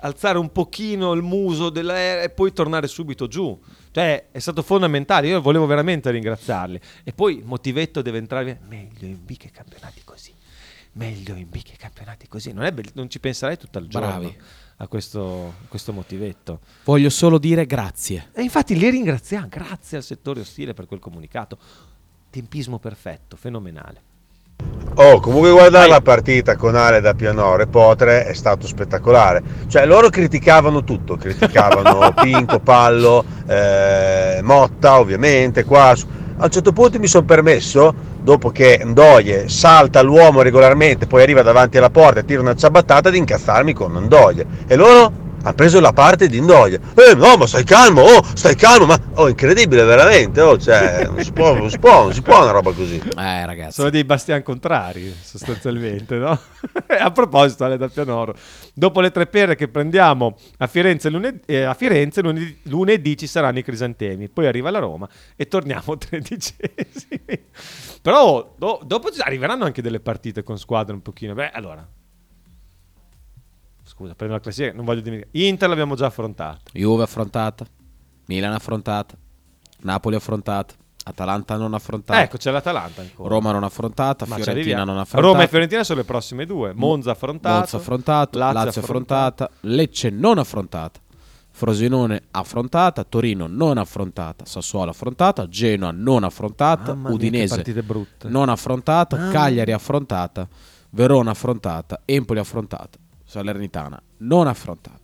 alzare un pochino il muso dell'aereo e poi tornare subito giù. Cioè, è stato fondamentale. Io volevo veramente ringraziarli. E poi il motivetto deve entrare meglio in B che campionati così. Meglio in B che campionati così. Non ci penserei tutto il giorno. Bravi. A questo motivetto. Voglio solo dire grazie. E infatti li ringraziamo. Grazie al settore ostile per quel comunicato. Tempismo perfetto, fenomenale. Comunque guardare la partita con Ale da Pianoro e Potre è stato spettacolare. Cioè loro criticavano tutto, criticavano Pinco, Pallo, Motta ovviamente. Qua a un certo punto mi sono permesso, dopo che Ndoye salta l'uomo regolarmente, poi arriva davanti alla porta e tira una ciabattata, di incazzarmi con Ndoye. E loro ha preso la parte di Ndoye. No, ma stai calmo, ma incredibile veramente, cioè non si può una roba così. Ragazzi, sono dei bastian contrari sostanzialmente, no? A proposito, Ale da Pianoro, dopo le 3 pere che prendiamo a Firenze lunedì ci saranno i crisantemi, poi arriva la Roma e torniamo 13esimi. Però dopo arriveranno anche delle partite con squadre un pochino. Allora, scusa, prendo la classifica, non voglio dimenticare. Inter l'abbiamo già affrontata. Juve affrontata, Milan affrontata, Napoli affrontata, Atalanta non affrontata. Ecco, c'è l'Atalanta ancora. Roma non affrontata, Fiorentina non affrontata. Roma e Fiorentina sono le prossime 2. Monza affrontato, Lazio affrontata, Lecce non affrontata, Frosinone affrontata, Torino non affrontata, Sassuolo affrontata, Genoa non affrontata, Udinese non affrontata, Cagliari affrontata, Verona affrontata, Empoli affrontata, Salernitana non affrontata.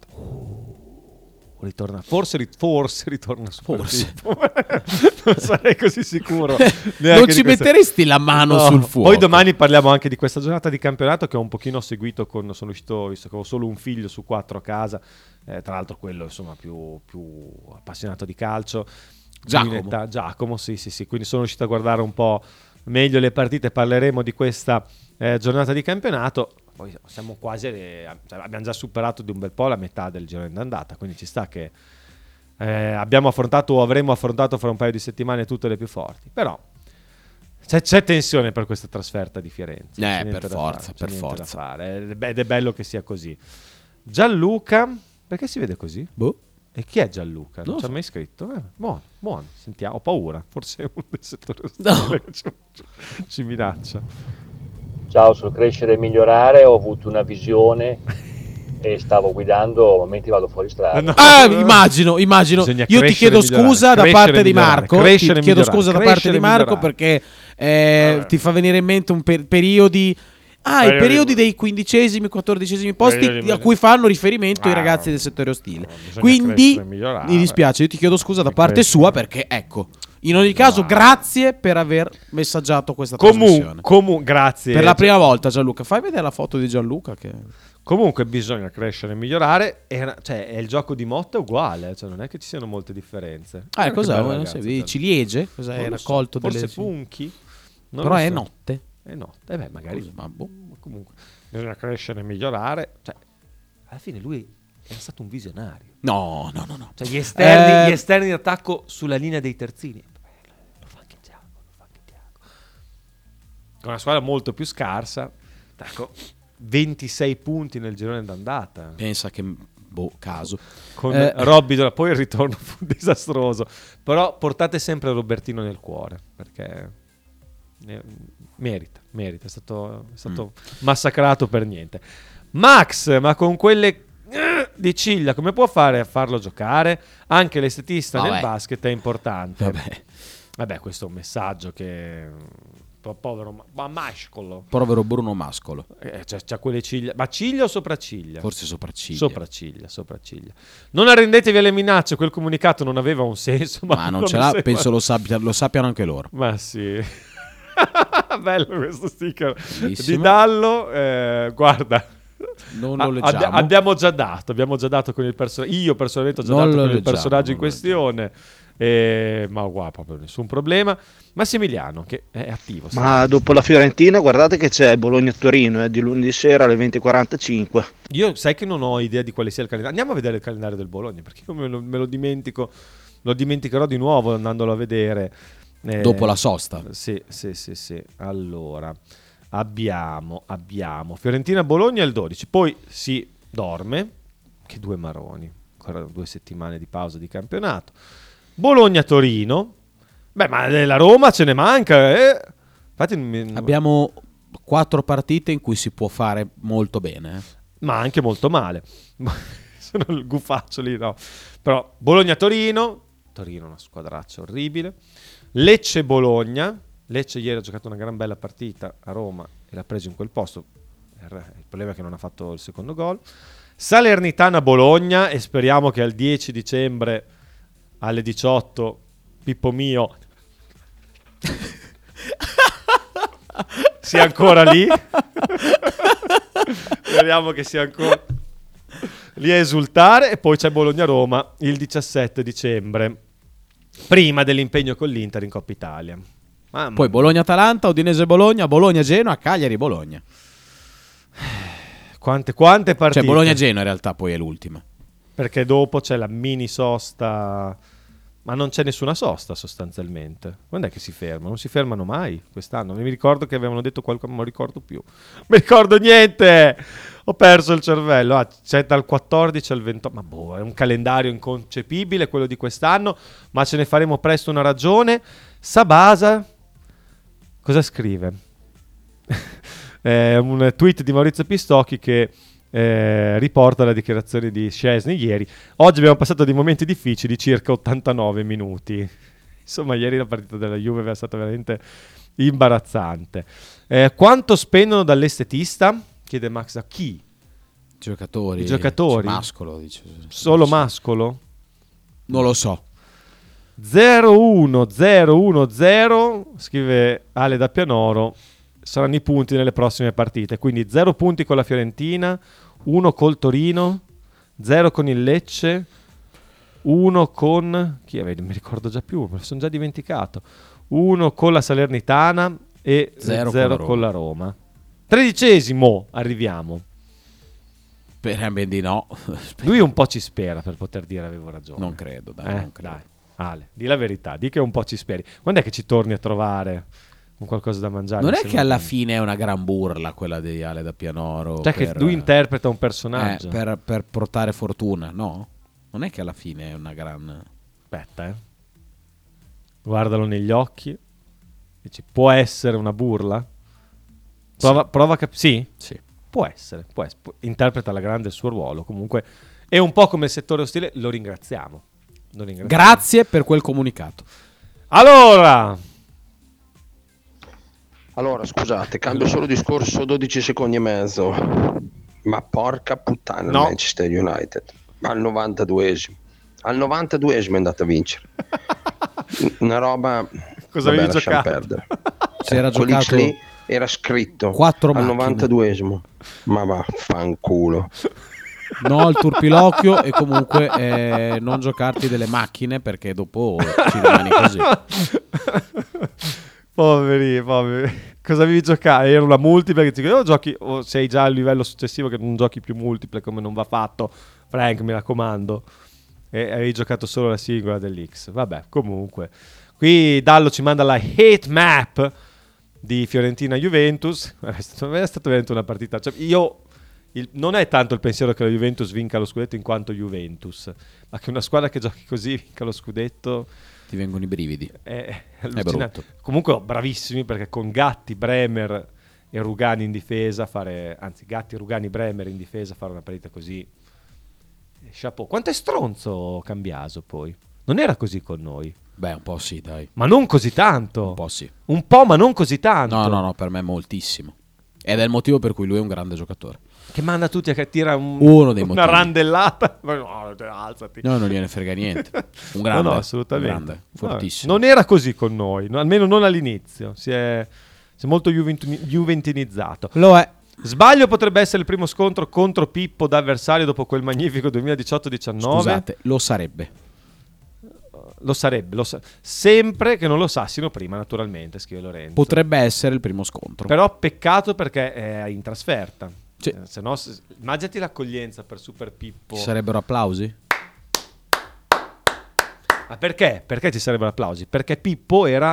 Forse ritorna forse. Non sarei così sicuro. Non ci metteresti la mano sul fuoco. Poi domani parliamo anche di questa giornata di campionato che ho un pochino seguito sono uscito, visto che ho solo un figlio su 4 a casa, tra l'altro quello insomma più appassionato di calcio. Giacomo, sì, quindi sono riuscito a guardare un po' meglio le partite. Parleremo di questa giornata di campionato. Poi siamo quasi abbiamo già superato di un bel po' la metà del girone d'andata, quindi ci sta che abbiamo affrontato o avremo affrontato fra un paio di settimane tutte le più forti, però c'è tensione per questa trasferta di Firenze. Per forza. Ed è bello che sia così. Gianluca, perché si vede così? E chi è Gianluca? Non ci ha mai scritto? Buono, sentiamo, ho paura, forse è uno del settore ostile che ci minaccia. Ciao, sul crescere e migliorare ho avuto una visione e stavo guidando, a momenti vado fuori strada. Immagino. Io ti chiedo scusa da parte di Marco. Perché ti fa venire in mente un periodi. I periodi dei 15esimi, 14esimi posti a cui fanno riferimento i ragazzi del settore ostile. Quindi mi dispiace, io ti chiedo scusa da parte sua perché ecco. In ogni caso, grazie per aver messaggiato questa trasmissione. Grazie. Per la prima volta, Gianluca. Fai vedere la foto di Gianluca. Comunque bisogna crescere e migliorare. È il gioco di Motta è uguale, cioè non è che ci siano molte differenze. Cos'è? Ciliegie? Cos'è raccolto forse delle funchi? Però è notte. È notte. Magari. Comunque bisogna crescere e migliorare. Cioè, alla fine lui è stato un visionario. No. Cioè gli esterni di attacco sulla linea dei terzini. Lo fa anche Thiago. Con una squadra molto più scarsa. Ecco, 26 punti nel girone d'andata. Pensa che caso. Con Robby, poi il ritorno fu disastroso. Però portate sempre Robertino nel cuore, perché merita. È stato massacrato per niente. Max, ma con quelle di Ciglia come può fare a farlo giocare? Anche l'estetista nel basket è importante. Vabbè, questo è un messaggio che povero Mascolo. Povero Bruno Mascolo. C'ha quelle ciglia. Ma ciglia o sopracciglia? Forse sopracciglia. Sopracciglia. Non arrendetevi alle minacce, quel comunicato non aveva un senso. Ma non ce l'ha, penso lo sappiano anche loro. Ma sì. Bello questo sticker. Bellissimo. Di Dallo, guarda. Non lo leggiamo. Abbiamo già dato con il personaggio. Io personalmente ho già dato con il personaggio in questione. Ma qua proprio nessun problema. Massimiliano che è attivo. Ma dopo la Fiorentina guardate che c'è Bologna-Torino di lunedì sera alle 20:45. Io sai che non ho idea di quale sia il calendario. Andiamo a vedere il calendario del Bologna, perché io me lo dimentico. Lo dimenticherò di nuovo andandolo a vedere dopo la sosta. Sì. Allora abbiamo Fiorentina-Bologna il 12, poi si dorme, Che 2 maroni, ancora 2 settimane di pausa di campionato. Bologna-Torino, beh, ma la Roma ce ne manca. Infatti, abbiamo 4 partite in cui si può fare molto bene. Ma anche molto male. Sono il gufaccio lì, no. Però Bologna-Torino è una squadraccia orribile. Lecce-Bologna. Lecce ieri ha giocato una gran bella partita a Roma e l'ha preso in quel posto. Il problema è che non ha fatto il secondo gol. Salernitana-Bologna, e speriamo che al 10 dicembre alle 18 Pippo mio sia ancora lì. Speriamo che sia ancora lì a esultare. E poi c'è Bologna-Roma il 17 dicembre, prima dell'impegno con l'Inter in Coppa Italia. Poi Bologna-Atalanta, Udinese-Bologna, Bologna-Genoa, Cagliari-Bologna. Quante partite? Cioè Bologna-Genoa in realtà poi è l'ultima. Perché dopo c'è la mini sosta, ma non c'è nessuna sosta sostanzialmente. Quando è che si fermano? Non si fermano mai quest'anno. Mi ricordo che avevano detto qualcosa, ma non ricordo più. Non mi ricordo niente! Ho perso il cervello. C'è dal 14 al 28. Ma è un calendario inconcepibile quello di quest'anno, ma ce ne faremo presto una ragione. Sabasa cosa scrive? Un tweet di Maurizio Pistocchi che riporta la dichiarazione di Szczesny ieri. Oggi abbiamo passato dei momenti difficili, circa 89 minuti. Insomma, ieri la partita della Juve è stata veramente imbarazzante. Quanto spendono dall'estetista? Chiede Max. A chi? Giocatori. I giocatori? Mascolo, dice. Solo mascolo? Non lo so. 0-1-0-1-0, scrive Ale da Pianoro, saranno i punti nelle prossime partite. Quindi 0 punti con la Fiorentina, 1 col Torino, 0 con il Lecce, 1 con... chi aveva? Non mi ricordo già più, me lo sono già dimenticato. 1 con la Salernitana e 0 con la Roma. 13° arriviamo. Speriamo di no. Lui un po' ci spera per poter dire avevo ragione. Non credo, dai. Non credo. Dai. Ale, di la verità, di che un po' ci speri. Quando è che ci torni a trovare un qualcosa da mangiare? Non è che alla fine è una gran burla quella di Ale da Pianoro. Cioè che lui interpreta un personaggio. Per portare fortuna, no? Non è che alla fine è una gran... Aspetta, guardalo negli occhi. Dici, può essere una burla? Prova a sì? Sì. Può essere. Interpreta alla grande il suo ruolo. Comunque è un po' come il settore ostile, lo ringraziamo. Grazie per quel comunicato. Allora, scusate, cambio solo discorso, 12 secondi e mezzo. Ma porca puttana, no. Manchester United al 92esimo. Al 92esimo è andata a vincere. Una roba. Cosa avevi giocato? Perdere. C'era giocato lì, era scritto 4 al macchine. 92esimo. Ma vaffanculo. No al turpiloquio e comunque non giocarti delle macchine perché dopo ci rimani così. Poveri. Cosa avevi giocato? Era una multipla che ti dico, giochi, o sei già al livello successivo che non giochi più multiple come non va fatto. Frank, mi raccomando. E avevi giocato solo la singola dell'X. Vabbè, comunque. Qui Dallo ci manda la hate map di Fiorentina-Juventus. È stata veramente una partita. Cioè, non è tanto il pensiero che la Juventus vinca lo scudetto in quanto Juventus, ma che una squadra che giochi così vinca lo scudetto, ti vengono i brividi. È allucinante. Comunque bravissimi, perché con Gatti, Bremer e Rugani in difesa Gatti, Rugani, Bremer in difesa fare una partita così, chapeau. Quanto è stronzo Cambiaso poi. Non era così con noi. Beh, un po' sì, dai. Ma non così tanto. Un po' sì. Un po', ma non così tanto. No, per me moltissimo. Ed è il motivo per cui lui è un grande giocatore. Che manda tutti a tira uno dei motivi. Una randellata. No, alzati. No, non gliene frega niente. Un grande. No, assolutamente. Un grande, fortissimo. Non era così con noi, almeno non all'inizio. Si è molto juventinizzato. Lo è. Sbaglio, potrebbe essere il primo scontro contro Pippo da avversario dopo quel magnifico 2018-19. Scusate, lo sarebbe. Lo sarebbe. Sempre che non lo sassino prima, naturalmente, scrive Lorenzo. Potrebbe essere il primo scontro. Però peccato perché è in trasferta. Sì. Se no, immaginati l'accoglienza per Super Pippo. Ci sarebbero applausi? Ma perché? Perché ci sarebbero applausi? Perché Pippo era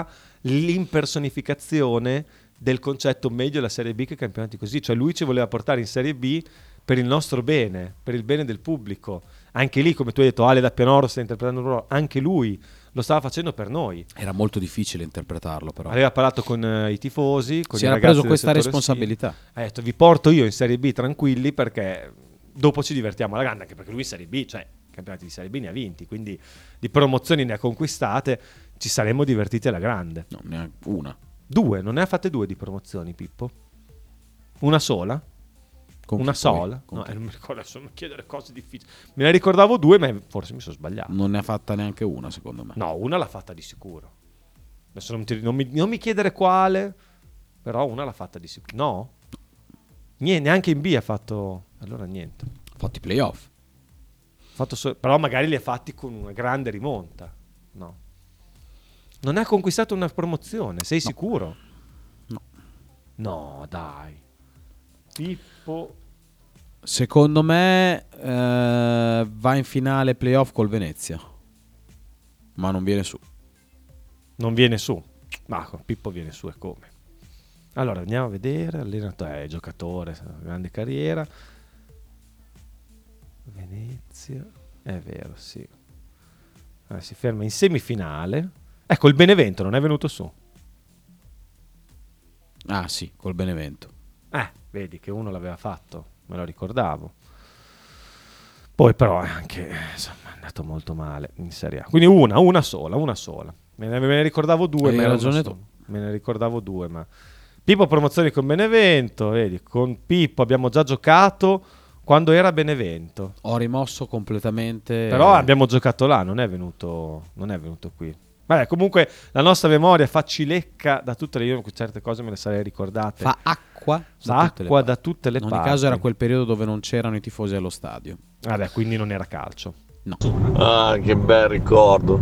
l'impersonificazione del concetto meglio la Serie B che campionati così. Cioè lui ci voleva portare in Serie B per il nostro bene, per il bene del pubblico. Anche lì, come tu hai detto, Ale da Pianoro sta interpretando un ruolo, anche lui lo stava facendo per noi. Era molto difficile interpretarlo, però. Aveva parlato con i tifosi, con si i era ragazzi preso questa del responsabilità. Ha detto, vi porto io in Serie B tranquilli, perché dopo ci divertiamo alla grande, anche perché lui in Serie B, cioè campionati di Serie B ne ha vinti, quindi di promozioni ne ha conquistate, ci saremmo divertiti alla grande. No, neanche una. 2, non ne ha fatte 2 di promozioni, Pippo? Una sola? Con una chi sola? poi? No, non mi ricordo, adesso non chiedere cose difficili. Me ne ricordavo 2, ma forse mi sono sbagliato. Non ne ha fatta neanche una, secondo me. No, una l'ha fatta di sicuro. Adesso non mi chiedere quale, però una l'ha fatta di sicuro. No? Niente, neanche in B ha fatto... Allora niente. Ha fatto i playoff. Però magari li ha fatti con una grande rimonta. No. Non ha conquistato una promozione, sei sicuro? No. No, dai. Pippo. Secondo me va in finale playoff col Venezia, ma non viene su. Non viene su. Ma con Pippo viene su, e come? Allora andiamo a vedere. Allenatore, giocatore, grande carriera. Venezia, è vero, sì. Si ferma in semifinale. Ecco, il Benevento non è venuto su. Ah sì, col Benevento. Vedi che uno l'aveva fatto, me lo ricordavo. Poi però anche, insomma, è andato molto male in Serie A. Quindi una sola. Me ne ricordavo 2, Hai ragione tu. Me ne ricordavo 2, ma Pippo promozioni con Benevento, vedi, con Pippo abbiamo già giocato quando era Benevento. Ho rimosso completamente. Però abbiamo giocato là, non è venuto qui. Vabbè, comunque la nostra memoria fa cilecca da tutte le... Io certe cose me le sarei ricordate. Fa acqua da tutte le parti. In ogni caso era quel periodo dove non c'erano i tifosi allo stadio. Vabbè, quindi non era calcio. No. Ah, che bel ricordo.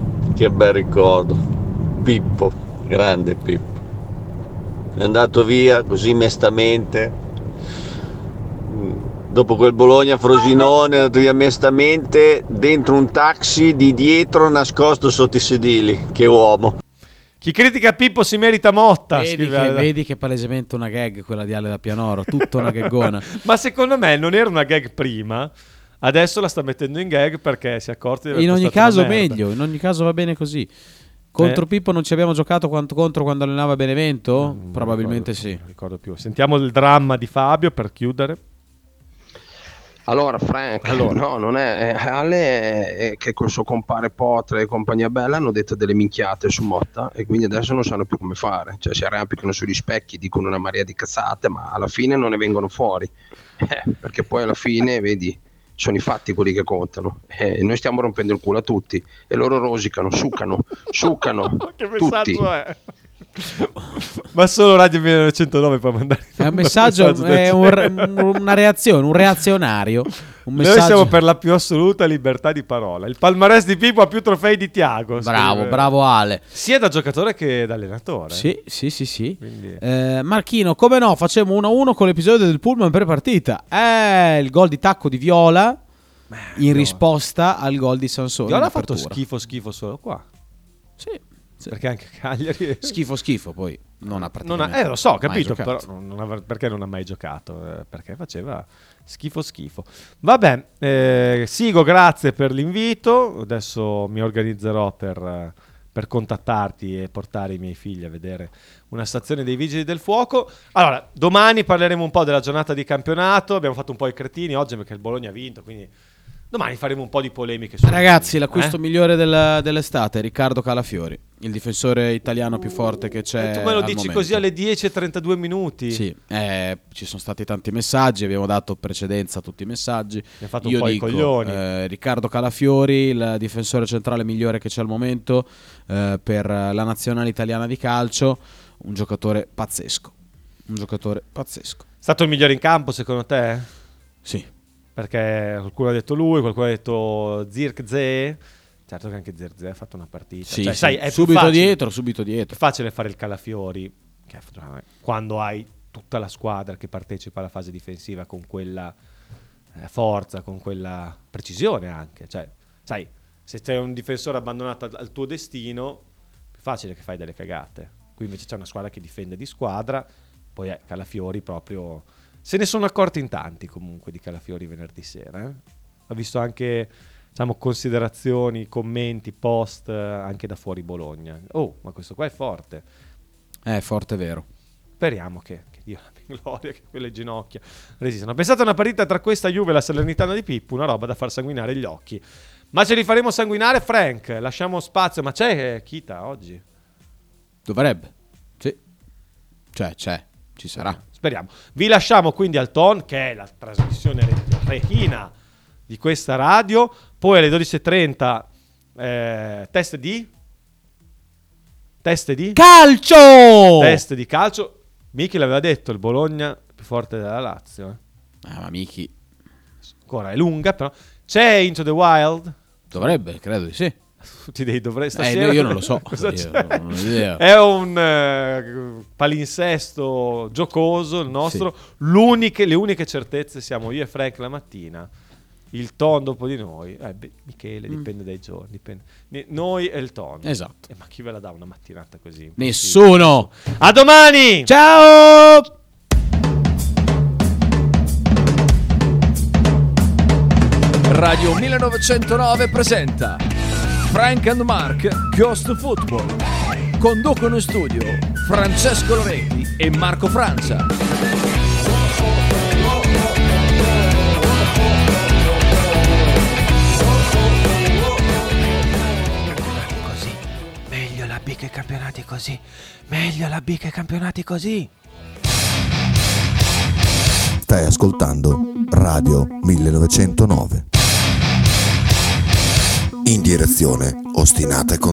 Pippo, grande Pippo. È andato via così mestamente. Dopo quel Bologna-Frosinone è andato via mestamente dentro un taxi di dietro nascosto sotto i sedili. Che uomo. Chi critica Pippo si merita Motta. Vedi che è palesemente una gag quella di Ale da Pianoro, tutta una gaggona. Ma secondo me non era una gag prima, adesso la sta mettendo in gag perché si è accorto di aver in ogni postato caso una merda. meglio, in ogni caso va bene così. Contro Pippo non ci abbiamo giocato contro quando allenava Benevento? Probabilmente sì. Non ricordo più. Sentiamo il dramma di Fabio per chiudere. Allora Frank, no, non è Ale che col suo compare Potre e compagnia bella hanno detto delle minchiate su Motta e quindi adesso non sanno più come fare, cioè si arrampicano sugli specchi, dicono una marea di cazzate, ma alla fine non ne vengono fuori, perché poi alla fine vedi sono i fatti quelli che contano, noi stiamo rompendo il culo a tutti e loro rosicano, succano che tutti. messaggio è? Ma solo Radio 1909 può mandare è un messaggio, è una reazione, un reazionario, un messaggio. Noi siamo per la più assoluta libertà di parola. Il palmarès di Pippo ha più trofei di Tiago. Bravo Ale, sia da giocatore che da allenatore. Sì. Quindi... Marchino, come no, facciamo 1-1 con l'episodio del pullman per partita. Il gol di tacco di Viola in risposta al gol di Sansone. Viola ha fatto schifo solo qua. Sì. Perché anche Cagliari schifo poi non ha praticamente lo so, capito, però perché non ha mai giocato, perché faceva schifo. Vabbè, Sigo, grazie per l'invito, adesso mi organizzerò per contattarti e portare i miei figli a vedere una stazione dei Vigili del Fuoco. Allora, domani parleremo un po' della giornata di campionato, abbiamo fatto un po' i cretini oggi perché il Bologna ha vinto, quindi domani faremo un po' di polemiche. Ragazzi, l'acquisto migliore dell'estate, Riccardo Calafiori, il difensore italiano più forte che c'è. Tu me lo dici così alle 10:32 minuti? Sì, ci sono stati tanti messaggi, abbiamo dato precedenza a tutti i messaggi. Mi ha fatto un po' i coglioni. Riccardo Calafiori, il difensore centrale migliore che c'è al momento per la nazionale italiana di calcio, un giocatore pazzesco. È stato il migliore in campo secondo te? Sì. Perché qualcuno ha detto lui, qualcuno ha detto Zirkzee. Certo che anche Zirkzee ha fatto una partita. Sì, cioè, sì. Sai, è subito dietro. È facile fare il Calafiori quando hai tutta la squadra che partecipa alla fase difensiva con quella forza, con quella precisione anche. Cioè, sai, se sei un difensore abbandonato al tuo destino, è più facile che fai delle cagate. Qui invece c'è una squadra che difende di squadra, poi Calafiori proprio Se ne sono accorti in tanti comunque di Calafiori venerdì sera. Ho visto anche, diciamo, considerazioni, commenti, post anche da fuori Bologna. Oh, ma questo qua è forte. È forte, vero. Speriamo che Dio abbia gloria, che quelle ginocchia resistano. Pensate a una partita tra questa Juve e la Salernitana di Pippo, una roba da far sanguinare gli occhi. Ma ce li faremo sanguinare, Frank? Lasciamo spazio. Ma c'è Kita oggi? Dovrebbe. Sì. C'è. Ci sarà. Speriamo. Vi lasciamo quindi al TON, che è la trasmissione retina di questa radio. Poi alle 12.30 test di calcio. Test di calcio. Michi l'aveva detto, il Bologna più forte della Lazio. Ma Michi ancora è lunga, però. C'è Into the Wild? Dovrebbe, credo di sì. Tutti dei dovrei stasera. Io non lo so. Cosa c'è? Non ho idea. È un palinsesto giocoso il nostro. Sì. Le uniche certezze siamo io e Frank la mattina. Il TON dopo di noi. Michele, dipende dai giorni. Dipende. Noi e il TON. Esatto. Ma chi ve la dà una mattinata così? Nessuno. A domani. Ciao. Radio 1909 presenta Frank and Mark Goes to Football. Conducono in studio Francesco Loretti e Marco Francia. Meglio la B che campionati così. Meglio la B che campionati così. Stai ascoltando Radio 1909. In direzione ostinata e